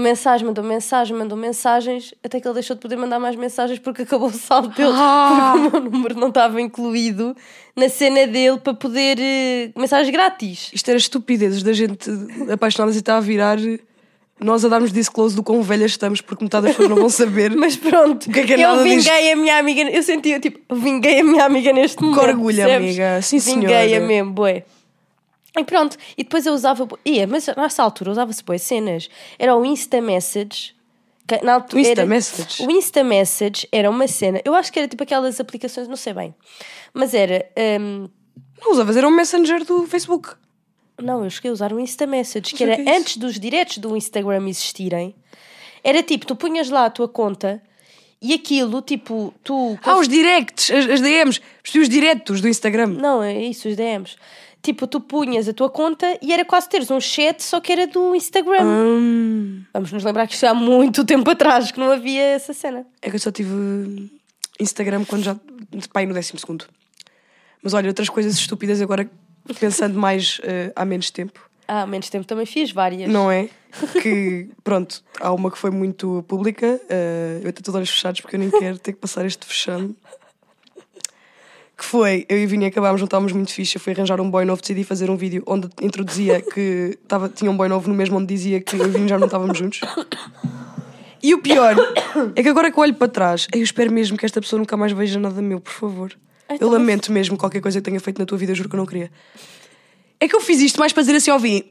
mensagens, até que ele deixou de poder mandar mais mensagens porque acabou o saldo dele, porque o meu número não estava incluído na cena dele para poder mensagens grátis. Isto era estupidezes da gente apaixonada e está a virar. Nós a darmos disclose do quão velhas estamos, porque metade das pessoas não vão saber. Mas pronto, O que é eu nada disto? vinguei a minha amiga, eu sentia tipo, vinguei a minha amiga neste momento. orgulho, percebes? amiga. Sim, Vinguei-a senhora. mesmo, bué. E pronto, e depois eu usava, mas nessa altura usava-se bué cenas. Era o Insta Message. Na altura, O Insta Message? O Insta Message era uma cena, eu acho que era tipo aquelas aplicações, não sei bem, mas era... Não usavas, era um messenger do Facebook. Não, eu cheguei a usar o Insta Message, que sei o era que é isso. antes dos diretos do Instagram existirem. Era tipo, tu punhas lá a tua conta e aquilo, tipo, tu... Os directs, as DMs. Percebi os diretos do Instagram. Não, é isso, os DMs. Tipo, tu punhas a tua conta e era quase teres um chat, só que era do Instagram. Vamos nos lembrar que isto é há muito tempo atrás, que não havia essa cena. É que eu só tive Instagram quando já... Pai, no 12º. Mas olha, outras coisas estúpidas agora, pensando mais há menos tempo. Há menos tempo também fiz várias. Não é? Que, pronto, há uma que foi muito pública. Eu até estou de olhos fechados porque eu nem quero ter que passar este fechando. Que foi, eu e a Vini acabámos, não estávamos muito fixe. Eu fui arranjar um boy novo, decidi fazer um vídeo onde introduzia que tinha um boy novo no mesmo onde dizia que eu e a Vini já não estávamos juntos. E o pior é que agora que eu olho para trás, eu espero mesmo que esta pessoa nunca mais veja nada meu, por favor. Eu lamento mesmo qualquer coisa que tenha feito na tua vida, eu juro que eu não queria. É que eu fiz isto mais para dizer assim ao Vini.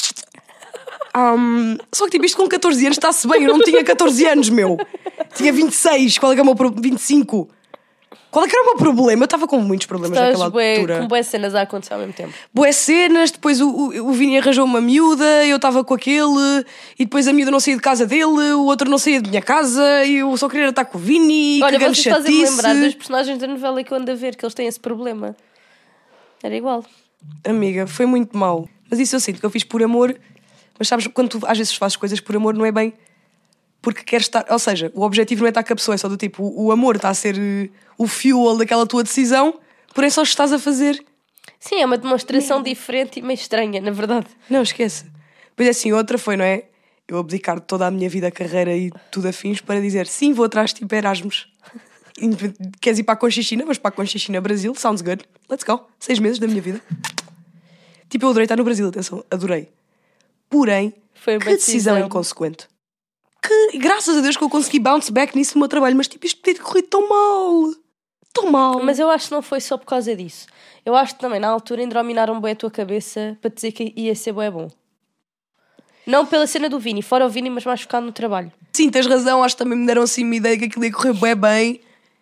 Só que tipo, isto com 14 anos está-se bem, eu não tinha 14 anos, meu. Tinha 26, qual é que é o meu problema? 25. Qual é que era o meu problema? Eu estava com muitos problemas naquela altura. Com boas cenas a acontecer ao mesmo tempo. Boas cenas, depois o Vini arranjou uma miúda, eu estava com aquele, e depois a miúda não saía de casa dele, o outro não saía de minha casa, e eu só queria estar com o Vini, Olha, que grande vocês fazem-me chatice. lembrar dos personagens da novela que eu ando a ver, que eles têm esse problema. Era igual. Amiga, foi muito mau. Mas isso eu sinto que eu fiz por amor, mas sabes, quando tu às vezes fazes coisas por amor, não é bem porque queres estar. Ou seja, o objetivo não é estar com a pessoa, é só do tipo, o amor está a ser o fuel daquela tua decisão, porém só estás a fazer. Sim, é uma demonstração diferente e meio estranha, na verdade. Não, esquece. Depois assim, outra foi, não é? Eu abdicar de toda a minha vida, carreira e tudo afins para dizer sim, vou atrás de tipo Erasmus. Queres ir para a Conchichina? Vamos para a Conchichina, Brasil, sounds good, let's go. 6 meses da minha vida. Tipo, eu adorei estar no Brasil, atenção, adorei. Porém, Foi uma que decisão inconsequente. Que, graças a Deus que eu consegui bounce back nisso no meu trabalho, mas tipo, isto podia ter corrido tão mal. Tão mal. Mas eu acho que não foi só por causa disso. Eu acho que também na altura endrominaram bem a tua cabeça para te dizer que ia ser bué bom. Não pela cena do Vini, fora o Vini, mas mais focado no trabalho. Sim, tens razão, acho que também me deram assim uma ideia que aquilo ia correr bué bem.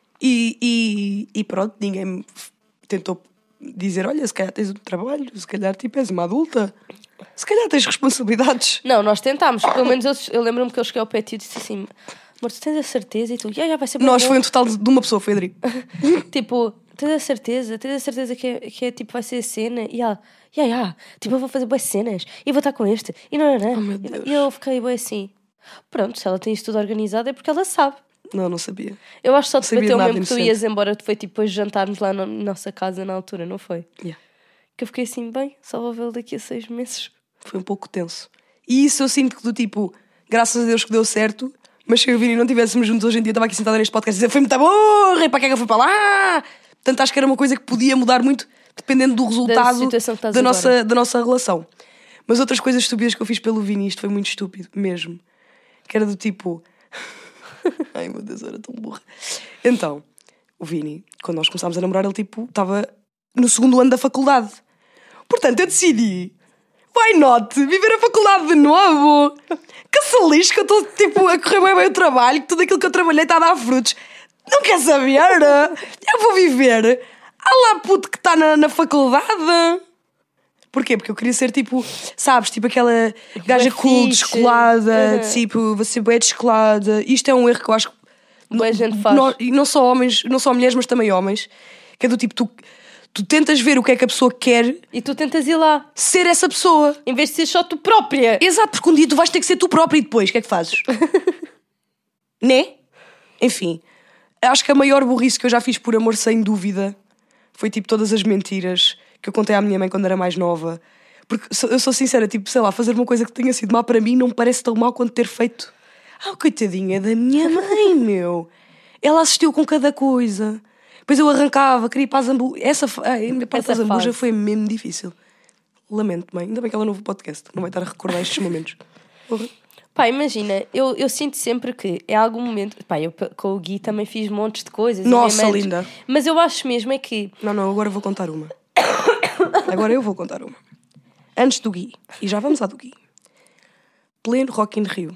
E pronto, ninguém me tentou dizer, olha, se calhar tens um trabalho, se calhar tipo és uma adulta, se calhar tens responsabilidades. Não, nós tentámos. Pelo menos eu lembro-me que eu cheguei ao pé e disse assim: amor, tu tens a certeza? E tu, já vai ser bem Nós bom. foi um total de uma pessoa, foi a Adri. Tipo, tens a certeza que é tipo, vai ser a cena? E ela, tipo, eu vou fazer boas cenas e vou estar com este. E não. Oh, meu Deus. E eu fiquei bem assim. Pronto, se ela tem isso tudo organizado é porque ela sabe. Não sabia. Eu acho que só te Sabia bateu nada, mesmo que tu inocente. ias embora, foi tipo depois de jantarmos lá na nossa casa na altura, não foi? Yeah. Que eu fiquei assim, bem, só vou vê-lo daqui a 6 meses. Foi um pouco tenso. E isso eu sinto que do tipo, graças a Deus que deu certo, mas se eu e o Vini não estivéssemos juntos hoje em dia, eu estava aqui sentada neste podcast e dizer, foi muito burra, e para que é que eu fui para lá? Portanto, acho que era uma coisa que podia mudar muito, dependendo do resultado situação que estás da agora. nossa relação. Mas outras coisas estúpidas que eu fiz pelo Vini, isto foi muito estúpido, mesmo. Que era do tipo... Ai meu Deus, eu era tão burra. Então, o Vini, quando nós começámos a namorar, ele tipo, estava no 2º ano da faculdade. Portanto, eu decidi, why not, viver a faculdade de novo? Que se lixe que eu estou tipo a correr bem o trabalho, que tudo aquilo que eu trabalhei está a dar frutos. Não quer saber? Eu vou viver. Ah lá puto que está na faculdade. Porquê? Porque eu queria ser tipo, sabes, tipo aquela gaja cool, fixe. descolada, Uhum. tipo, você bem descolada. Isto é um erro que eu acho que Boa gente faz. e não só homens, não só mulheres, mas também homens, que é do tipo, tu tentas ver o que é que a pessoa quer, E tu tentas ir lá, ser essa pessoa. em vez de ser só tu própria. Exato, porque um dia tu vais ter que ser tu própria e depois, o que é que fazes? Né? Enfim, acho que a maior burrice que eu já fiz por amor, sem dúvida, foi tipo todas as mentiras que eu contei à minha mãe quando era mais nova. Porque eu sou sincera, tipo, sei lá, fazer uma coisa que tenha sido má para mim não me parece tão mal quanto ter feito. Coitadinha da minha mãe, meu. Ela assistiu com cada coisa. Depois eu arrancava, queria ir para a Zambuja. A parte da Essa Zambuja fase. foi mesmo difícil. Lamento, mãe. Ainda bem que ela não ouve o podcast. Não vai estar a recordar estes momentos. Porra. Pá, imagina, eu sinto sempre que em algum momento... Pá, eu com o Gui também fiz montes de coisas. Nossa, e momentos, linda. Mas eu acho mesmo é que... Não, agora vou contar uma. Agora eu vou contar uma. Antes do Gui. E já vamos à do Gui. Pleno Rock in Rio.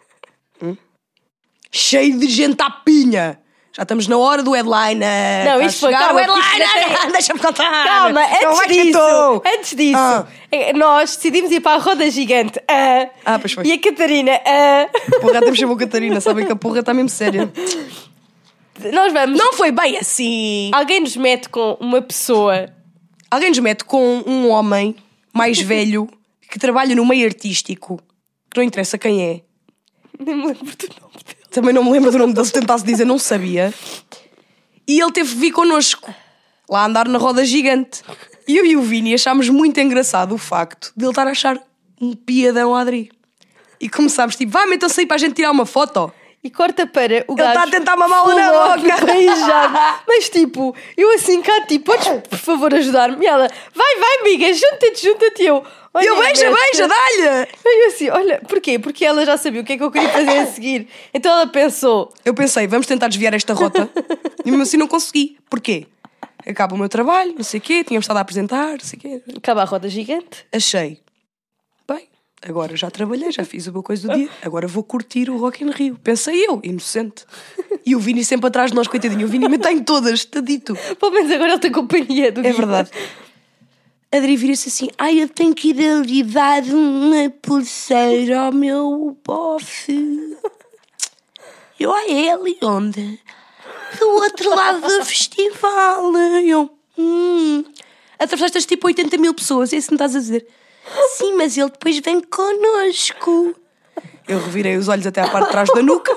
Cheio de gente à pinha. Já estamos na hora do headliner. Não, Está isto a foi, chegar calma, o porque isto headliner. já tem- Deixa-me contar. Calma, Não vai que estou. antes disso, Ah. nós decidimos ir para a roda gigante. Pois foi. E a Catarina, Porra, temos chamou Catarina. Sabem que a porra está mesmo séria. nós vamos... Não foi bem assim. Alguém nos mete com uma pessoa... Alguém nos mete com um homem mais velho que trabalha no meio artístico, que não interessa quem é. Nem me lembro do nome dele. Também não me lembro do nome dele, se tentasse dizer, não sabia. E ele teve que vir connosco, lá andar na roda gigante. E eu e o Vini achámos muito engraçado o facto de ele estar a achar um piadão a Adri. E começámos tipo, metam-se aí para a gente tirar uma foto. E corta para o Ele gajo... está a tentar mamá-la na full on, boca. beijado. Mas tipo, eu assim cá, tipo, podes por favor ajudar-me? E ela, vai amiga, junta-te. Eu, E eu, olha, beija, dá-lhe. Eu assim, olha, porquê? Porque ela já sabia o que é que eu queria fazer a seguir. Então ela pensou, Eu pensei, vamos tentar desviar esta rota. E mesmo assim não consegui. Porquê? Acaba o meu trabalho, não sei o quê, tínhamos estado a apresentar, não sei o quê. acaba a roda gigante. Achei, bem, agora já trabalhei, já fiz a boa coisa do dia, agora vou curtir o Rock in Rio. Pensei eu, inocente. E o Vini sempre atrás de nós, coitadinho. O Vini me tem todas, está dito. Pelo menos agora ele tem companhia do É Gui. verdade. A Adri vira-se assim, eu tenho que ir ali dar uma pulseira ao meu bofe. Eu, é ali onde? Do outro lado do festival. Eu, atravessaste tipo 80 mil pessoas, é isso que me estás a dizer? Sim, mas ele depois vem connosco. Eu revirei os olhos até à parte de trás da nuca.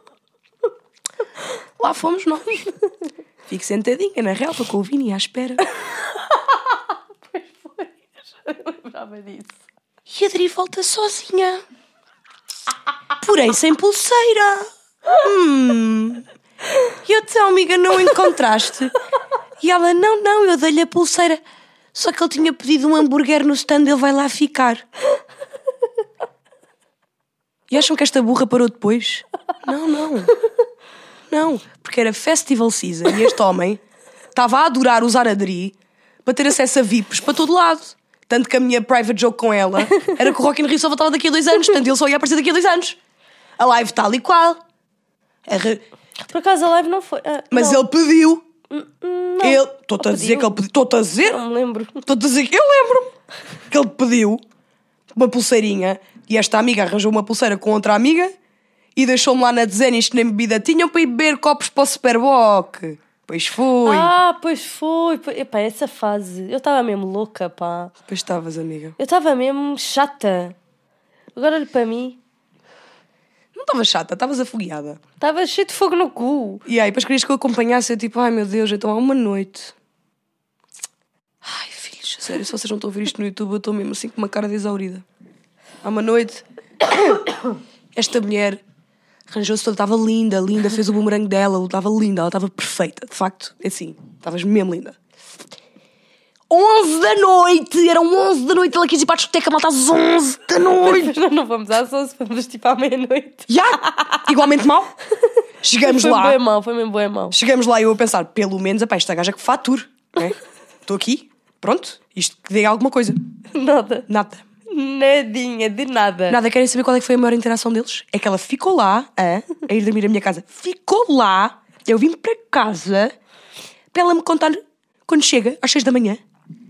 Lá fomos nós. Fico sentadinha na relva com o Vini à espera. Eu lembrava disso. E a Adri volta sozinha. Porém sem pulseira. E eu então, amiga, não encontraste? E ela, não, eu dei-lhe a pulseira. Só que ele tinha pedido um hambúrguer no stand, ele vai lá ficar. E acham que esta burra parou depois? Não, porque era festival season e este homem estava a adorar usar a Adri para ter acesso a VIPs para todo lado. Tanto que a minha private joke com ela era que o Rock in Rio só voltava daqui a 2 anos. Portanto, ele só ia aparecer daqui a 2 anos. A live tal e qual. Por acaso a live não foi... Mas não. ele pediu. Não. Estou-te a dizer que ele pediu. Estou-te a dizer? Não me lembro. Estou-te a dizer que eu lembro-me que ele pediu uma pulseirinha e esta amiga arranjou uma pulseira com outra amiga e deixou-me lá na dezena e isto nem bebida tinham para ir beber copos para o Superboc. Pois foi. Pois foi. Epá, essa fase. Eu estava mesmo louca, pá. Pois estavas, amiga. Eu estava mesmo chata. Agora olha para mim. Não estavas chata, estavas afogueada. Estava cheio de fogo no cu. E aí, depois querias que eu acompanhasse, eu tipo, ai meu Deus, então há uma noite. Ai, filhos, sério, se vocês não estão a ver isto no YouTube, eu estou mesmo assim com uma cara de exaurida. Há uma noite, esta mulher arranjou-se toda, estava linda, fez o bumerangue dela, estava linda, ela estava perfeita, de facto, é assim, estavas mesmo linda. 11 da noite, eram 11 da noite, ela quis ir para a discoteca, malta, às 11 da noite. Não vamos às 11, vamos tipo à meia-noite. Igualmente mal. Chegamos lá. Foi mesmo bem mal. Chegamos lá e eu a pensar, pelo menos, apá, esta gaja que fature, não é? Estou aqui, pronto, isto que dê alguma coisa. Nada. Nadinha, de nada. Nada, querem saber qual é que foi a maior interação deles? É que ela ficou lá, a ir dormir à minha casa. Ficou lá, eu vim para casa, para ela me contar quando chega, às 6 da manhã.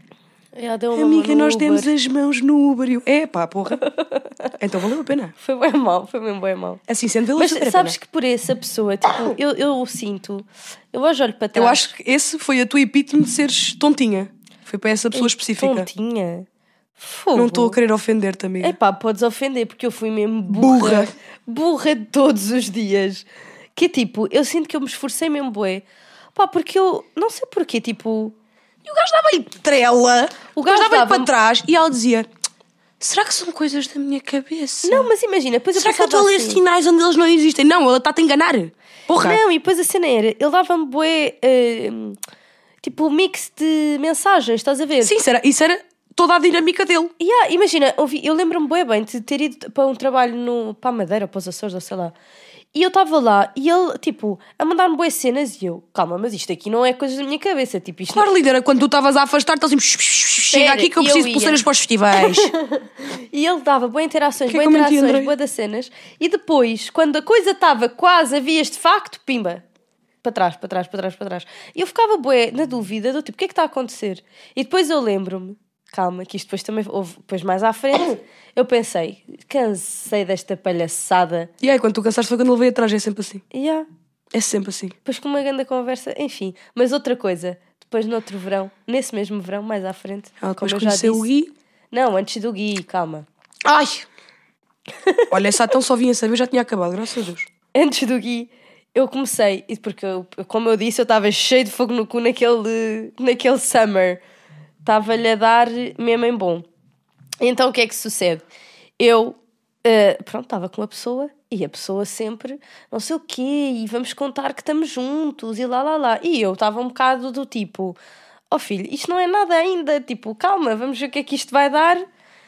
Amiga, nós demos as mãos no Uber. Porra. Então valeu a pena. Foi mesmo bem mal. Assim sendo, valeu Mas super a sabes pena. que por essa pessoa, tipo, eu sinto, eu hoje olho para trás. Eu acho que esse foi a tua epítome de seres tontinha. Foi para essa pessoa específica. Tontinha? Fogo. Não estou a querer ofender-te, amiga. Podes ofender, porque eu fui mesmo burra. Burra todos os dias. Que é tipo, eu sinto que eu me esforcei mesmo bué. Porque eu, não sei porquê, tipo... E o gajo dava-lhe trela. O gajo dava-lhe dava-me- para trás e ela dizia: será que são coisas da minha cabeça? Não, mas imagina, depois Será eu que eu estou a ler assim, sinais onde eles não existem? Não, ela está-te a enganar. Porra. Não, e depois a cena era, ele dava-me bué, tipo, mix de mensagens, estás a ver? Sim, isso era toda a dinâmica dele. Imagina, eu lembro-me bué bem de ter ido para um trabalho para a Madeira, ou para os Açores, ou sei lá. E eu estava lá e ele, tipo, a mandar-me bué cenas e eu, calma, mas isto aqui não é coisas da minha cabeça, tipo, isto Claro, líder, quando tu estavas a afastar-te, assim, chega aqui que eu e preciso eu de pulseiras ia. para os festivais. E ele dava boas interações, Que é que eu menti, André? boas das cenas. E depois, quando a coisa estava quase a vias de facto, pimba, para trás. E eu ficava bué na dúvida do tipo, o que é que está a acontecer? E depois eu lembro-me, calma, que isto depois também houve, depois mais à frente, eu pensei, cansei desta palhaçada. E aí, quando tu cansaste foi quando ele veio atrás, é sempre assim. Yeah. É sempre assim. Depois com uma grande conversa, enfim. Mas outra coisa, depois no outro verão, nesse mesmo verão, mais à frente, Ela depois como eu já conheceu o disse... Gui. Não, antes do Gui, calma. Ai! Olha, essa então só vinha saber, já tinha acabado, graças a Deus. Antes do Gui, eu comecei, e porque, como eu disse, eu estava cheio de fogo no cu naquele summer. Estava-lhe a dar mesmo em bom. Então o que é que sucede? Eu, estava com uma pessoa e a pessoa sempre, não sei o quê, e vamos contar que estamos juntos e lá. E eu estava um bocado do tipo, filho, isto não é nada ainda, tipo, calma, vamos ver o que é que isto vai dar.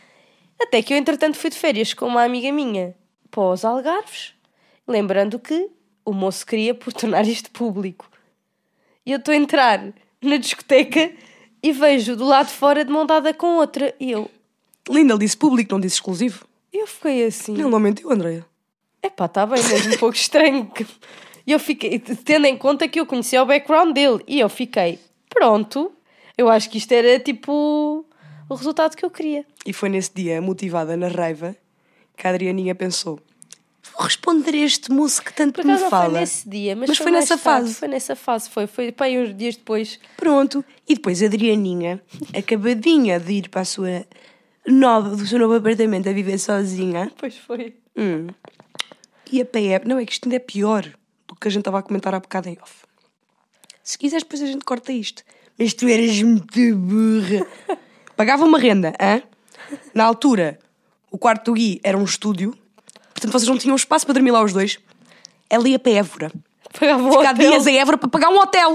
Até que eu, entretanto, fui de férias com uma amiga minha para os Algarves, lembrando que o moço queria por tornar isto público. E eu estou a entrar na discoteca e vejo do lado de fora de mão dada com outra. E eu Linda, ele disse público, não disse exclusivo. fiquei assim. Ele não mentiu, Andréia. Está bem, mesmo um pouco estranho. E eu fiquei, tendo em conta que eu conhecia o background dele, e eu fiquei, pronto, eu acho que isto era tipo o resultado que eu queria. E foi nesse dia, motivada na raiva, que a Adrianinha pensou: vou responder a este moço que tanto Por me acaso não fala. foi nesse dia, mas foi mais nessa tarde. fase. Foi nessa fase, foi para aí uns dias depois. Pronto. E depois a Adrianinha, acabadinha de ir para do seu novo apartamento a viver sozinha, Pois foi. ia para a app. Não, é que isto ainda é pior do que a gente estava a comentar há bocado em off. Se quiseres, depois a gente corta isto. Mas tu eras muito burra. Pagava uma renda, hã? Na altura, o quarto do Gui era um estúdio, portanto vocês não tinham espaço para dormir lá os dois. Ela ia para Évora. Pagava um Ficar hotel. dias em Évora para pagar um hotel.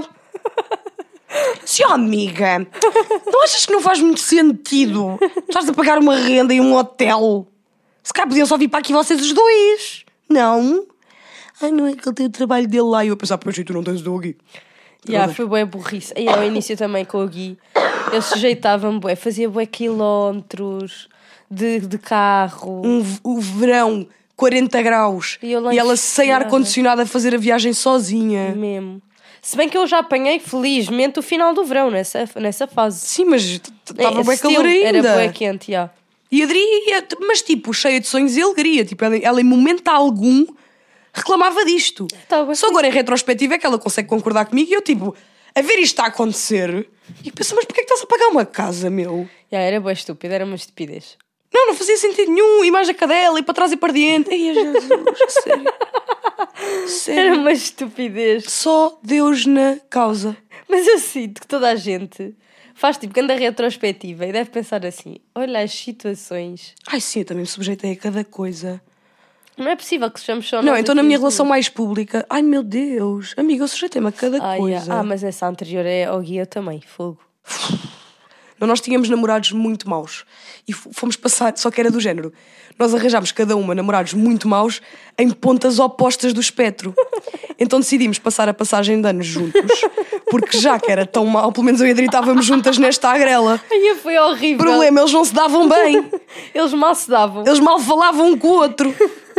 Se, amiga, não achas que não faz muito sentido? Estás a pagar uma renda e um hotel? Se calhar podiam só vir para aqui vocês os dois. Não? Ai, não é que ele tem o trabalho dele lá. E eu a pensar, pois, tu não tens o do Gui. Foi bué burrice. E ao início também com o Gui, eu sujeitava-me bué, fazia bué quilómetros de carro. O verão, 40 graus. E eu lá E ela sem enfiada. ar-condicionado a fazer a viagem sozinha. Mesmo. Se bem que eu já apanhei, felizmente, o final do verão nessa fase. Sim, mas estava bem Still, calor ainda. Era bué quente, E a Adri, mas tipo, cheia de sonhos e alegria. Tipo, ela em momento algum reclamava disto. Tá bem. Só agora em retrospectiva é que ela consegue concordar comigo e eu tipo, a ver isto a acontecer e penso, mas porquê é que estás a pagar uma casa, meu? Já, era bem estúpido, era uma estupidez. Não fazia sentido nenhum, e mais a cadela, e para trás e para diante. Ai, Jesus, sério. Sério. Era uma estupidez. Só Deus na causa. Mas eu sinto que toda a gente faz tipo grande retrospectiva e deve pensar assim: olha as situações. Ai sim, eu também me sujeitei a cada coisa. Não é possível que sejamos só Não, nós então na aqui minha as relação duas. mais pública, ai meu Deus, amiga, eu sujeitei-me a cada coisa. Ah, mas essa anterior é ao guia também, fogo. Não, nós tínhamos namorados muito maus e fomos passar, só que era do género. Nós arranjámos cada uma namorados muito maus em pontas opostas do espectro. Então decidimos passar a passagem de anos juntos, porque já que era tão mau, pelo menos eu e a Adri estávamos juntas nesta agrela. Ai, foi horrível. Problema, eles não se davam bem. Eles mal se davam. Eles mal falavam um com o outro.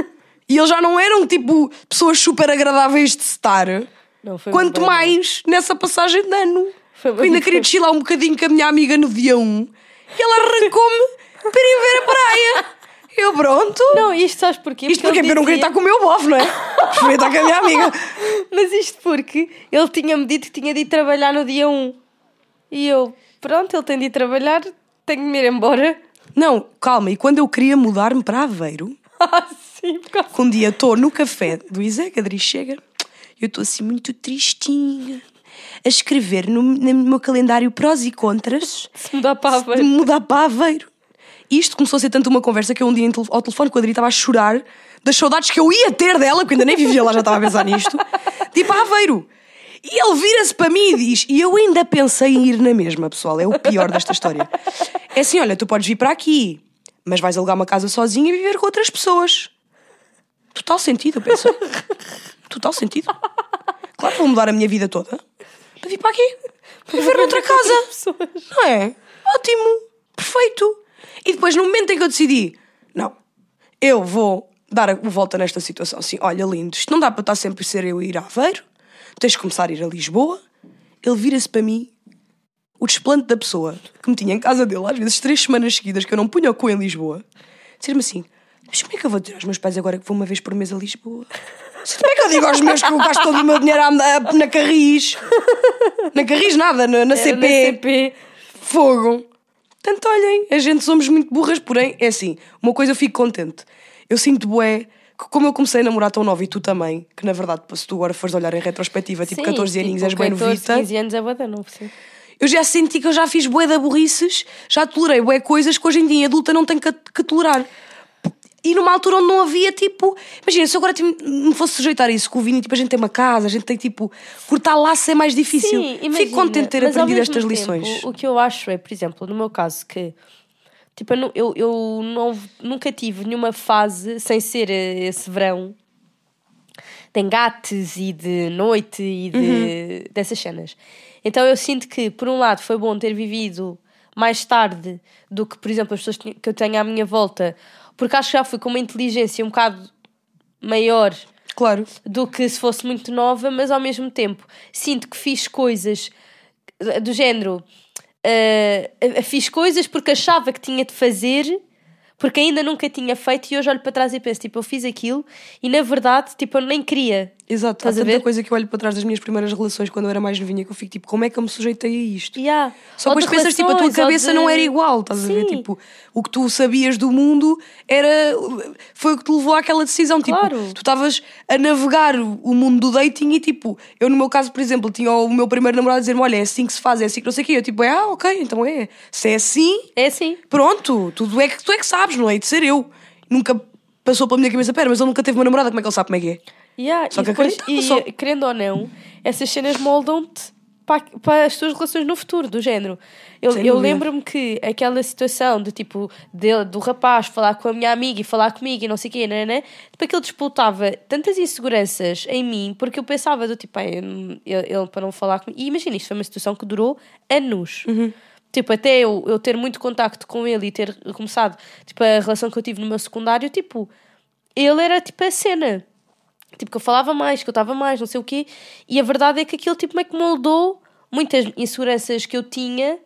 E eles já não eram tipo pessoas super agradáveis de se estar. Não, foi Quanto bem mais nessa passagem de ano. Foi Eu ainda muito queria chilar um bocadinho com a minha amiga no dia 1 e ela arrancou-me para ir ver a praia. Eu pronto. Não, isto sabes porquê? Isto porque ele eu não queria dizia- estar com o meu bofe, não é? Preferia estar com a minha amiga. Mas isto porque ele tinha-me dito que tinha de ir trabalhar no dia 1. E eu, pronto, ele tem de ir trabalhar, tenho de me ir embora. Não, calma, e quando eu queria mudar-me para Aveiro, Sim, por causa... que um dia estou no café do Isé, que a Adri chega, eu estou assim muito tristinha, a escrever no meu calendário prós e contras Se mudar para de Aveiro. mudar para Aveiro. E isto começou a ser tanto uma conversa que eu um dia ao telefone com a Adri estava a chorar das saudades que eu ia ter dela, porque ainda nem vivia lá, já estava a pensar nisto, tipo a Aveiro. E ele vira-se para mim e diz, e eu ainda pensei em ir na mesma, pessoal, é o pior desta história. É assim, olha, tu podes vir para aqui, mas vais alugar uma casa sozinha e viver com outras pessoas. Total sentido, eu penso. Total sentido. Claro que vou mudar a minha vida toda para vir para aqui, para viver noutra casa. Pessoas. Não é? Ótimo, perfeito. E depois, no momento em que eu decidi, não, eu vou dar a volta nesta situação, assim, olha, lindo, isto não dá para estar sempre a ser eu a ir a Aveiro, tens de começar a ir a Lisboa. Ele vira-se para mim, o desplante da pessoa que me tinha em casa dele, às vezes 3 semanas seguidas, que eu não punha o cu em Lisboa, dizer-me assim, mas como é que eu vou dizer aos meus pais agora que vou uma vez por mês a Lisboa? Como é que eu digo aos meus que eu gasto todo o meu dinheiro na Carris? Na Carris nada, na CP. Na CP. Fogo. Portanto, olhem, a gente somos muito burras, porém, é assim, uma coisa eu fico contente. Eu sinto bué, que como eu comecei a namorar tão nova e tu também, que na verdade, se tu agora fores olhar em retrospectiva, tipo 14 aninhos, és bem 14, novita. 15 anos é bué, não sei. Eu já senti que eu já fiz bué de burrices, já tolerei bué coisas que hoje em dia em adulta não tenho que tolerar. E numa altura onde não havia, tipo... Imagina, se eu agora me fosse sujeitar a isso com o Vini, tipo, a gente tem uma casa, a gente tem, tipo... Cortar laço é mais difícil. Sim, imagina, fico contente de ter mas ao aprendido mesmo estas tempo, lições. O que eu acho é, por exemplo, no meu caso, que... Tipo, eu nunca tive nenhuma fase, sem ser esse verão, de engates e de noite e dessas cenas. Então eu sinto que, por um lado, foi bom ter vivido mais tarde do que, por exemplo, as pessoas que eu tenho à minha volta, porque acho que já fui com uma inteligência um bocado maior Claro. do que se fosse muito nova, mas ao mesmo tempo sinto que fiz coisas do género. Fiz coisas porque achava que tinha de fazer, porque ainda nunca tinha feito, e hoje olho para trás e penso, tipo, eu fiz aquilo e na verdade, tipo, eu nem queria. Exato. Há Estás a tanta ver? coisa que eu olho para trás das minhas primeiras relações quando eu era mais novinha que eu fico tipo, como é que eu me sujeitei a isto? Yeah. Só Ou depois de pensas, tipo, a tua relações, ou cabeça de- não era igual, estás a ver? Sim. Tipo, o que tu sabias do mundo foi o que te levou àquela decisão. Claro. Tipo, tu estavas a navegar o mundo do dating e, tipo, eu no meu caso, por exemplo, tinha o meu primeiro namorado a dizer-me, olha, é assim que se faz, é assim que não sei o quê. Eu, tipo, ok, então é. Se é assim, É assim. pronto, tudo é que tu é que sabes, não é de ser eu. Nunca passou pela minha cabeça, pera, mas ele nunca teve uma namorada, como é que ele sabe como é que é? Yeah. Só E que depois, acreditava só. querendo ou não, essas cenas moldam-te para as tuas relações no futuro, do género. Eu Sem dúvida. lembro-me que aquela situação de tipo do rapaz falar com a minha amiga e falar comigo e não sei o quê, né? Tipo, aquilo disputava tantas inseguranças em mim, porque eu pensava do tipo, ele para não falar comigo. E imagina, isto foi uma situação que durou anos. Tipo, até eu ter muito contacto com ele e ter começado, tipo, a relação que eu tive no meu secundário, tipo, ele era tipo a cena. Tipo, que eu falava mais, que eu estava mais, não sei o quê. E a verdade é que aquilo tipo meio que moldou muitas inseguranças que eu tinha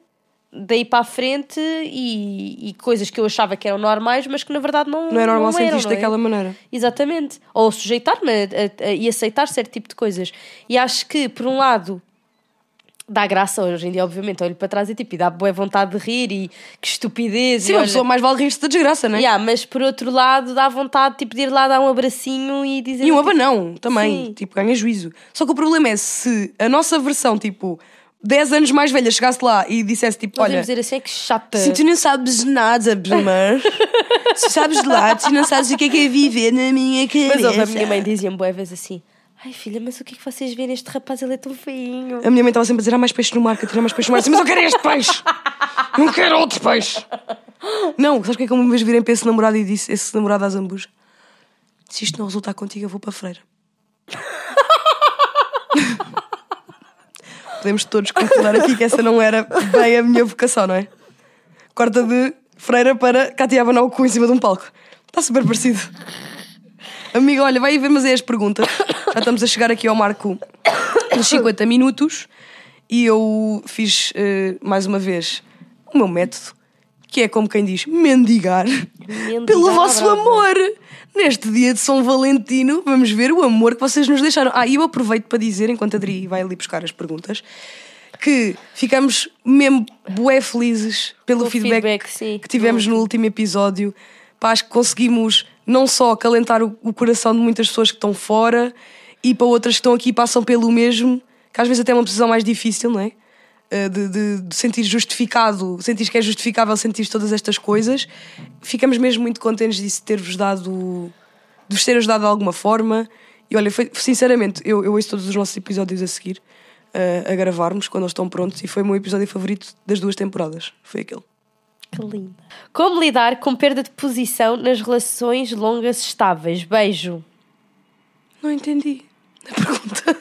daí para a frente e coisas que eu achava que eram normais, mas que na verdade não Não é normal não eram, sentir-te não é? daquela maneira. Exatamente. Ou sujeitar-me e aceitar certo tipo de coisas. E acho que, por um lado, dá graça hoje em dia, obviamente, olho para trás e dá boa vontade de rir e que estupidez. Sim, e uma olha, pessoa mais vale rir-se da desgraça, não é? yeah, mas por outro lado, dá vontade de ir lá dar um abracinho e dizer. E um abanão também, Sim. tipo, ganha juízo. Só que o problema é se a nossa versão, tipo, 10 anos mais velha, chegasse lá e dissesse, tipo, Nós olha, íamos dizer assim, é que chata. se tu não sabes nada, Boomer, se sabes de lá, tu não sabes o que é viver na minha cabeça. Mas ouve, a minha mãe dizia-me boas vezes assim: ai filha, mas o que é que vocês veem neste rapaz? Ele é tão feinho. A minha mãe estava sempre a dizer, há mais peixe no mar, que tirar mais peixe no mar. Eu disse, mas eu quero este peixe! Não quero outro peixe! Não, sabes o que é que eu uma vez virei para esse namorado e disse, esse namorado às Zambuja, se isto não resultar contigo, eu vou para a freira. Podemos todos concordar aqui que essa não era bem a minha vocação, não é? Corta de freira para Cátia Abanaucu em cima de um palco. Está super parecido. Amiga, olha, vai aí ver, mas é as perguntas. Já estamos a chegar aqui ao marco dos 50 minutos e eu fiz mais uma vez o meu método, que é como quem diz, mendigar pelo vosso bravo. amor. Neste dia de São Valentino, vamos ver o amor que vocês nos deixaram. E eu aproveito para dizer, enquanto a Adri vai ali buscar as perguntas, que ficamos mesmo bué felizes pelo feedback sim. que tivemos no último episódio. Pá, acho que conseguimos não só acalentar o coração de muitas pessoas que estão fora e para outras que estão aqui e passam pelo mesmo, que às vezes até é uma posição mais difícil, não é? De sentir justificado, sentir que é justificável sentir todas estas coisas. Ficamos mesmo muito contentes de ter-vos dado, de vos ter ajudado de alguma forma. E olha, sinceramente, eu ouço todos os nossos episódios a seguir, a gravarmos quando eles estão prontos, e foi o meu episódio favorito das 2 temporadas. Foi aquele. Que lindo. Como lidar com perda de posição nas relações longas estáveis? Beijo. Não entendi a pergunta.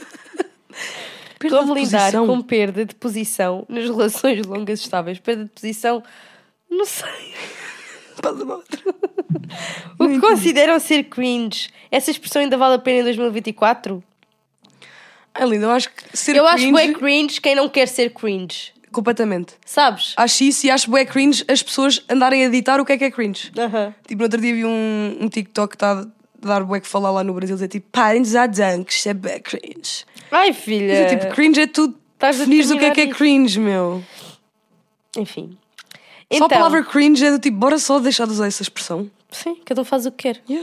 Como lidar com perda de posição nas relações longas estáveis? Perda de posição, não sei. Passa-me outra. O que consideram ser cringe? Essa expressão ainda vale a pena em 2024? Ai, linda, eu acho que ser Eu cringe... acho bué cringe quem não quer ser cringe. Completamente. Sabes? Acho isso e acho bué cringe as pessoas andarem a editar o que é cringe. Tipo, no outro dia vi um TikTok que está a dar bué que falar lá no Brasil, dizer tipo, parem de usar dunks, isso é bué cringe. Ai, filha. Mas é tipo, cringe é tu Estás a definires o que é terminar cringe, meu. Enfim. Só a palavra cringe é do tipo, bora só deixar de usar essa expressão. Sim, cada um faz o que quer. Yeah.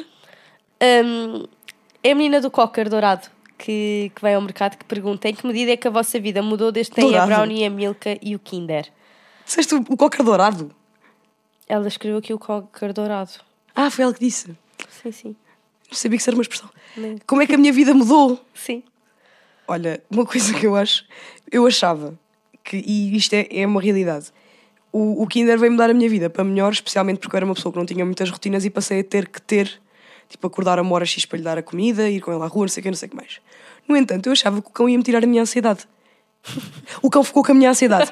É a menina do Cocker Dourado que vai ao mercado que pergunta em que medida é que a vossa vida mudou desde que tem a Dourado? Brownie, a Milka e o Kinder. Disseste o cocker dourado? Ela escreveu aqui o Cocker Dourado. Ah, foi ela que disse. Sim, sim. Não sabia que isso era uma expressão. Nem. Como é que a minha vida mudou? Sim. Olha, uma coisa que eu achava que, e isto é uma realidade, o Kinder veio mudar a minha vida para melhor, especialmente porque eu era uma pessoa que não tinha muitas rotinas e passei a ter, tipo, acordar a uma hora X para lhe dar a comida, ir com ele à rua, não sei o que mais. No entanto, eu achava que o cão ia-me tirar a minha ansiedade. O cão ficou com a minha ansiedade.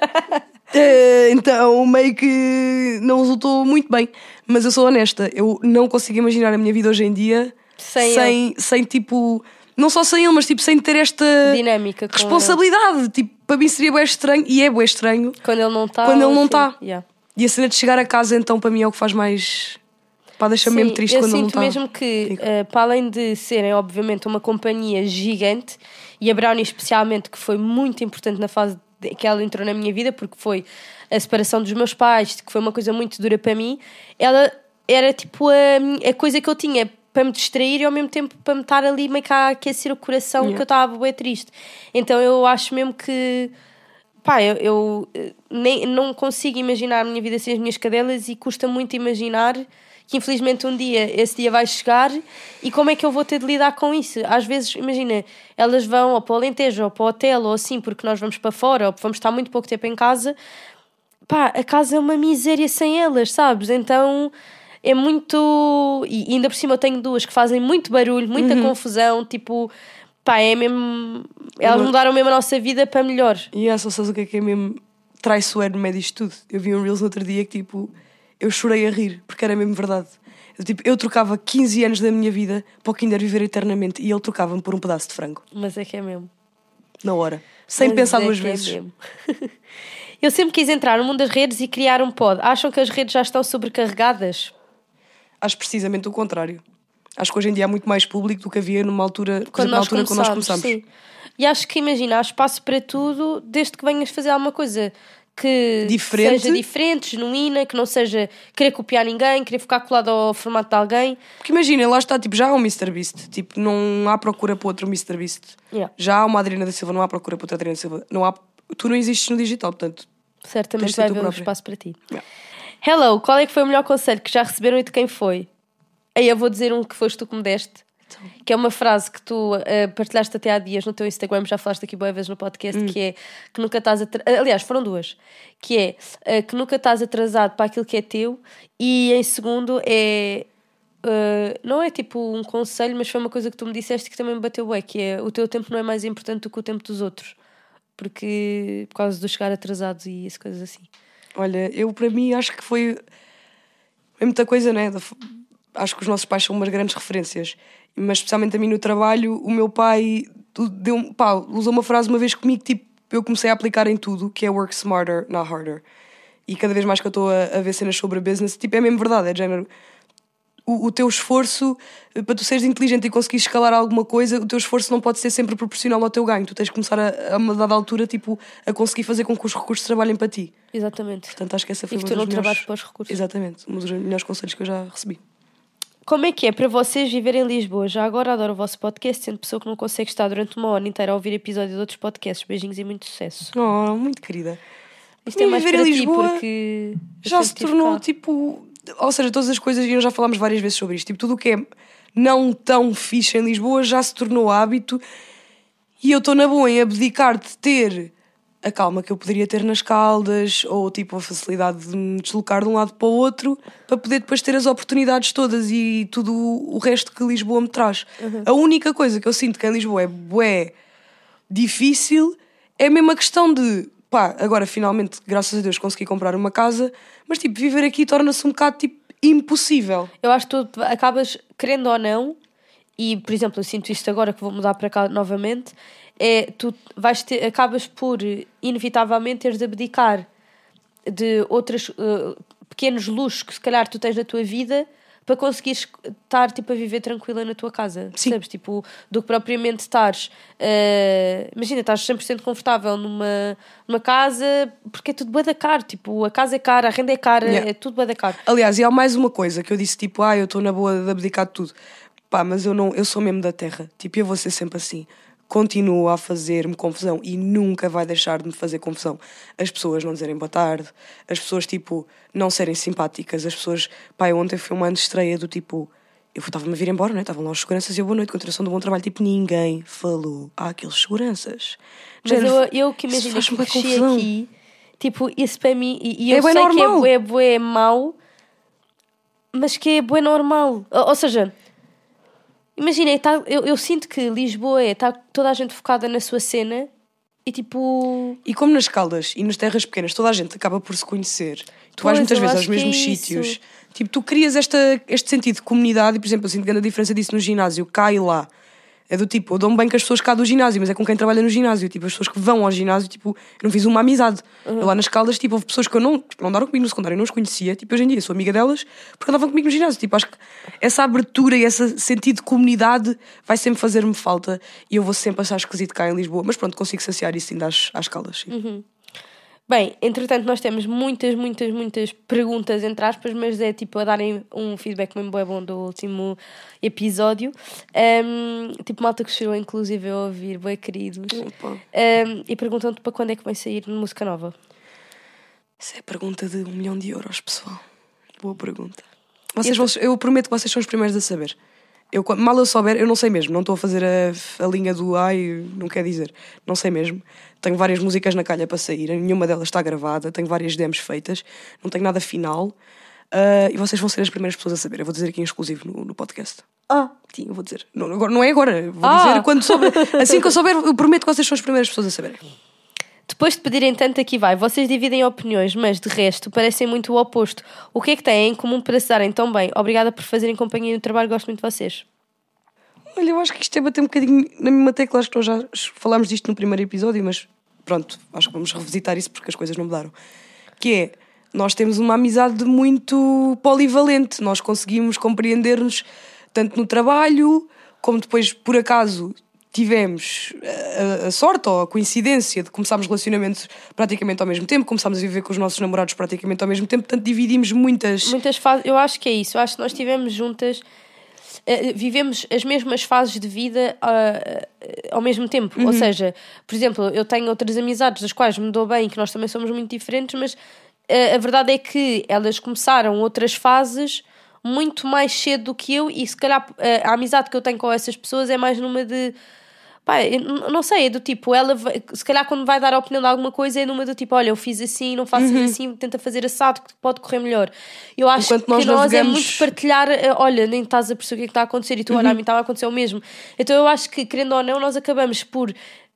Então, meio que não resultou muito bem. Mas eu sou honesta, eu não consigo imaginar a minha vida hoje em dia sem tipo... Não só sem ele, mas tipo sem ter esta Dinâmica com responsabilidade. Ele. Tipo, para mim seria bué estranho, e é bué estranho quando ele não está. quando ele não está. Yeah. E a cena de chegar a casa, então, para mim é o que faz mais... Pá, deixa-me mesmo triste quando ele não está. Eu sinto mesmo que, para além de serem, obviamente, uma companhia gigante, e a Brownie especialmente, que foi muito importante na fase que ela entrou na minha vida, porque foi a separação dos meus pais, que foi uma coisa muito dura para mim, ela era tipo a coisa que eu tinha para me distrair e ao mesmo tempo para me estar ali meio que a aquecer o coração, que eu estava bem triste. Então eu acho mesmo que... Pá, eu nem, não consigo imaginar a minha vida sem as minhas cadelas e custa muito imaginar que infelizmente um dia esse dia vai chegar e como é que eu vou ter de lidar com isso? Às vezes, imagina, elas vão ou para o Alentejo ou para o hotel ou assim porque nós vamos para fora ou vamos estar muito pouco tempo em casa. Pá, a casa é uma miséria sem elas, sabes? Então é muito... E ainda por cima eu tenho 2 que fazem muito barulho, muita confusão, tipo... Pá, é mesmo... Elas mudaram mesmo a nossa vida para melhor. E só sabes o que é mesmo traiçoeiro no meio disto tudo? Eu vi um Reels no outro dia que tipo... Eu chorei a rir, porque era mesmo verdade. Eu trocava 15 anos da minha vida para o Kinder viver eternamente e ele trocava-me por um pedaço de frango. Mas é que é mesmo. Na hora. Sem Mas pensar é 2 que é vezes. mesmo. Eu sempre quis entrar no mundo das redes e criar um pod. Acham que as redes já estão sobrecarregadas? Acho precisamente o contrário. Acho que hoje em dia há muito mais público do que havia numa altura, por Quando exemplo, na altura quando nós começámos, começámos. sim. E acho que, imagina, há espaço para tudo, desde que venhas fazer alguma coisa que Diferente. seja diferente, genuína, que não seja querer copiar ninguém, querer ficar colado ao formato de alguém. Porque imagina, lá está, tipo, já há um MrBeast. Tipo, não há procura para outro MrBeast. Yeah. Já há uma Adriana da Silva, não há procura para outra Adriana da Silva. Não há... Tu não existes no digital, portanto... Certamente Tens de ser vai tu haver um própria. espaço para ti. Yeah. Hello, qual é que foi o melhor conselho que já receberam e de quem foi? Aí eu vou dizer um que foste tu que me deste. Que é uma frase que tu partilhaste até há dias no teu Instagram, já falaste aqui boas vezes no podcast, que é que nunca estás aliás, foram duas, que é que nunca estás atrasado para aquilo que é teu, e em segundo é não é tipo um conselho, mas foi uma coisa que tu me disseste que também me bateu bem, que é o teu tempo não é mais importante do que o tempo dos outros, porque por causa de chegar atrasados e essas coisas assim. Olha, eu para mim acho que foi muita coisa, né? Acho que os nossos pais são umas grandes referências, mas especialmente a mim no trabalho, o meu pai usou uma frase uma vez comigo, tipo, eu comecei a aplicar em tudo, que é work smarter, not harder. E cada vez mais que eu estou a ver cenas sobre a business, tipo, é mesmo verdade, é de género. O teu esforço, para tu seres inteligente e conseguires escalar alguma coisa, o teu esforço não pode ser sempre proporcional ao teu ganho. Tu tens de começar a uma dada altura, tipo, a conseguir fazer com que os recursos trabalhem para ti. Exatamente. Portanto, acho que essa foi E que uma tu das não melhores... trabalhes para os recursos. Exatamente, um dos melhores conselhos que eu já recebi. Como é que é para vocês viverem em Lisboa? Já agora adoro o vosso podcast, sendo pessoa que não consegue estar durante uma hora inteira a ouvir episódios de outros podcasts. Beijinhos e muito sucesso. Oh, muito querida. Isto é mais viver para em ti, Lisboa porque eu já sempre se tive tornou cá. tipo... Ou seja, todas as coisas, e nós já falámos várias vezes sobre isto, tipo, tudo o que é não tão fixe em Lisboa já se tornou hábito, e eu estou na boa em abdicar de ter a calma que eu poderia ter nas Caldas, ou tipo a facilidade de me deslocar de um lado para o outro, para poder depois ter as oportunidades todas e tudo o resto que Lisboa me traz. A única coisa que eu sinto que em Lisboa é bué difícil é mesmo a questão de pá, agora finalmente, graças a Deus, consegui comprar uma casa, mas tipo, viver aqui torna-se um bocado tipo impossível. Eu acho que tu acabas, querendo ou não, e por exemplo, eu sinto isto agora que vou mudar para cá novamente, tu acabas por inevitavelmente teres de abdicar de outros pequenos luxos que se calhar tu tens na tua vida para conseguires estar tipo, a viver tranquila na tua casa. Sim. Percebes? Tipo, do que propriamente estares imagina, estás 100% confortável numa casa, porque é tudo bué da caro, tipo, a casa é cara, a renda é cara, Yeah. é tudo bué da caro. Aliás, e há mais uma coisa que eu disse, tipo, eu estou na boa de abdicar de tudo. Pá, mas eu sou mesmo da terra. Tipo, eu vou ser sempre assim. Continuo a fazer-me confusão e nunca vai deixar de me fazer confusão. As pessoas não dizerem boa tarde, as pessoas, tipo, não serem simpáticas, as pessoas... Pá, eu ontem foi uma estreia do tipo... Eu estava-me a vir embora, né? Estavam lá os seguranças e eu, boa noite, continuação do bom trabalho. Tipo, ninguém falou àqueles seguranças. Mas Género, eu que isso imagino faz-me que bué cresci confusão. aqui, tipo, isso para mim, e eu É bué sei normal. que é bué mau, mas que é bué normal. Ou seja, imagina, eu sinto que Lisboa está toda a gente focada na sua cena e tipo... E como nas Caldas e nas terras pequenas toda a gente acaba por se conhecer, tu vais Pois, muitas eu vezes acho aos que é mesmos isso. sítios, tipo, tu crias este sentido de comunidade. E, por exemplo, eu sinto grande diferença disso no ginásio, cá e lá. É do tipo, eu dou-me bem com as pessoas cá do ginásio, mas é com quem trabalha no ginásio. Tipo, as pessoas que vão ao ginásio, tipo, eu não fiz uma amizade. Eu lá nas Caldas, tipo, houve pessoas que eu não andaram comigo no secundário, eu não os conhecia. Tipo, hoje em dia sou amiga delas porque andavam comigo no ginásio. Tipo, acho que essa abertura e esse sentido de comunidade vai sempre fazer-me falta e eu vou sempre achar esquisito cá em Lisboa. Mas pronto, consigo saciar isso ainda às Caldas. Sim. Bem, entretanto nós temos muitas perguntas entre aspas, mas é tipo a darem um feedback mesmo bué bom do último episódio. Tipo malta que chegou inclusive a ouvir, bué queridos. Opa. E perguntam-te para quando é que vai sair música nova. Essa é a pergunta de €1 milhão, pessoal. Boa pergunta. Eu prometo que vocês são os primeiros a saber. Mal eu souber, eu não sei mesmo. Não estou a fazer a linha do não quer dizer. Não sei mesmo. Tenho várias músicas na calha para sair. Nenhuma delas está gravada. Tenho várias demos feitas. Não tenho nada final. E vocês vão ser as primeiras pessoas a saber. Eu vou dizer aqui em exclusivo no podcast. Sim, eu vou dizer. Não é agora. Vou dizer quando souber. Assim que eu souber, eu prometo que vocês são as primeiras pessoas a saberem. Depois de pedirem tanto aqui vai, vocês dividem opiniões, mas de resto parecem muito o oposto. O que é que têm em comum para se darem tão bem? Obrigada por fazerem companhia no trabalho, gosto muito de vocês. Olha, eu acho que isto é bater um bocadinho na mesma tecla. Acho que nós já falámos disto no primeiro episódio, mas pronto, acho que vamos revisitar isso porque as coisas não mudaram. Que é, nós temos uma amizade muito polivalente, nós conseguimos compreender-nos tanto no trabalho, como depois, por acaso, tivemos a sorte ou a coincidência de começarmos relacionamentos praticamente ao mesmo tempo, começámos a viver com os nossos namorados praticamente ao mesmo tempo, portanto dividimos muitas fases. Eu acho que é isso, eu acho que nós estivemos juntas, vivemos as mesmas fases de vida ao mesmo tempo. Ou seja, por exemplo, eu tenho outras amizades das quais me dou bem, que nós também somos muito diferentes, mas a verdade é que elas começaram outras fases muito mais cedo do que eu, e se calhar a amizade que eu tenho com essas pessoas é mais numa de... Pá, não sei, é do tipo, ela se calhar quando vai dar a opinião de alguma coisa é numa do tipo, olha, eu fiz assim, não faças assim, tenta fazer assado que pode correr melhor. Eu acho Enquanto que nós nós é navegamos... muito partilhar, olha, nem estás a perceber o que é que está a acontecer e tu, olha, a mim estava a acontecer o mesmo. Então eu acho que, querendo ou não, nós acabamos por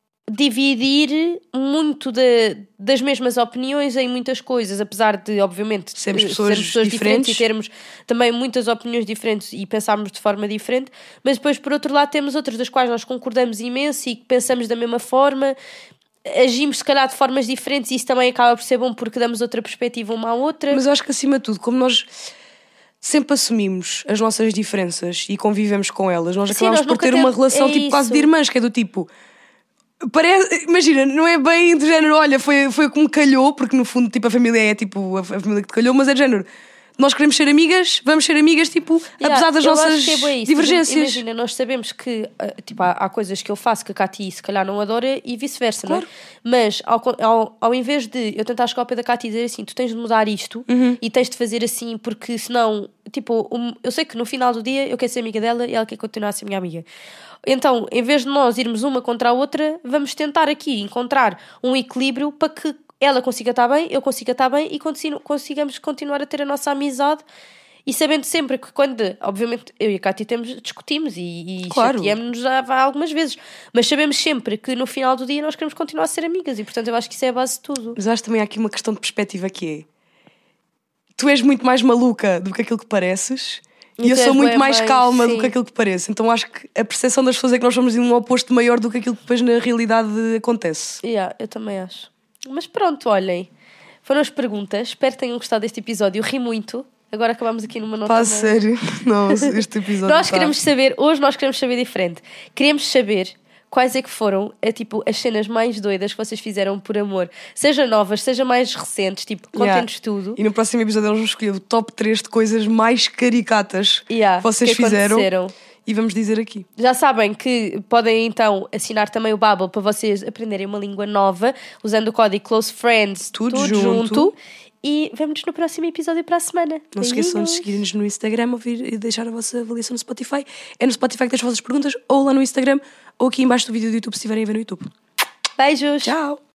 dividir muito das mesmas opiniões em muitas coisas, apesar de, obviamente, sermos pessoas diferentes e termos também muitas opiniões diferentes e pensarmos de forma diferente, mas depois, por outro lado, temos outras das quais nós concordamos imenso e que pensamos da mesma forma, agimos se calhar de formas diferentes, e isso também acaba por ser bom porque damos outra perspectiva uma à outra. Mas eu acho que, acima de tudo, como nós sempre assumimos as nossas diferenças e convivemos com elas, nós acabamos por ter uma relação tipo quase de irmãs, que é do tipo... imagina, não é bem do género, olha, foi como calhou, porque no fundo tipo, a família é tipo a família que te calhou, mas é do género, nós queremos ser amigas, vamos ser amigas, tipo, apesar das nossas divergências. Imagina, nós sabemos que tipo, há coisas que eu faço que a Cati se calhar não adora e vice-versa, claro. Não é? Mas ao invés de eu tentar chegar ao pé da Cati e dizer assim, tu tens de mudar isto e tens de fazer assim, porque senão, tipo, eu sei que no final do dia eu quero ser amiga dela e ela quer continuar a ser minha amiga. Então, em vez de nós irmos uma contra a outra, vamos tentar aqui encontrar um equilíbrio para que ela consiga estar bem, eu consiga estar bem e consigamos continuar a ter a nossa amizade, e sabendo sempre que quando, obviamente, eu e a Cátia discutimos e claro, chateamos-nos algumas vezes, mas sabemos sempre que no final do dia nós queremos continuar a ser amigas, e portanto eu acho que isso é a base de tudo. Mas acho que também há aqui uma questão de perspectiva, que é, tu és muito mais maluca do que aquilo que pareces. E eu sou muito mais calma do que aquilo que parece. Então acho que a percepção das pessoas é que nós somos um oposto maior do que aquilo que depois na realidade acontece. Eu também acho. Mas pronto, olhem, foram as perguntas. Espero que tenham gostado deste episódio. Eu ri muito. Agora acabamos aqui numa nota. Pá, sério? Não, este episódio nós queremos saber, hoje nós queremos saber diferente. Queremos saber quais é que foram tipo, as cenas mais doidas que vocês fizeram por amor. Seja novas, seja mais recentes, tipo, contem-nos tudo. E no próximo episódio nós vamos escolher o top 3 de coisas mais caricatas que vocês fizeram. E vamos dizer aqui. Já sabem que podem então assinar também o Babbel para vocês aprenderem uma língua nova, usando o código Close Friends, tudo junto. E vemo-nos no próximo episódio para a semana. Não se esqueçam de seguir-nos no Instagram, ouvir e deixar a vossa avaliação no Spotify. É no Spotify que deixam as vossas perguntas, ou lá no Instagram, ou aqui embaixo do vídeo do YouTube, se estiverem a ver no YouTube. Beijos! Tchau!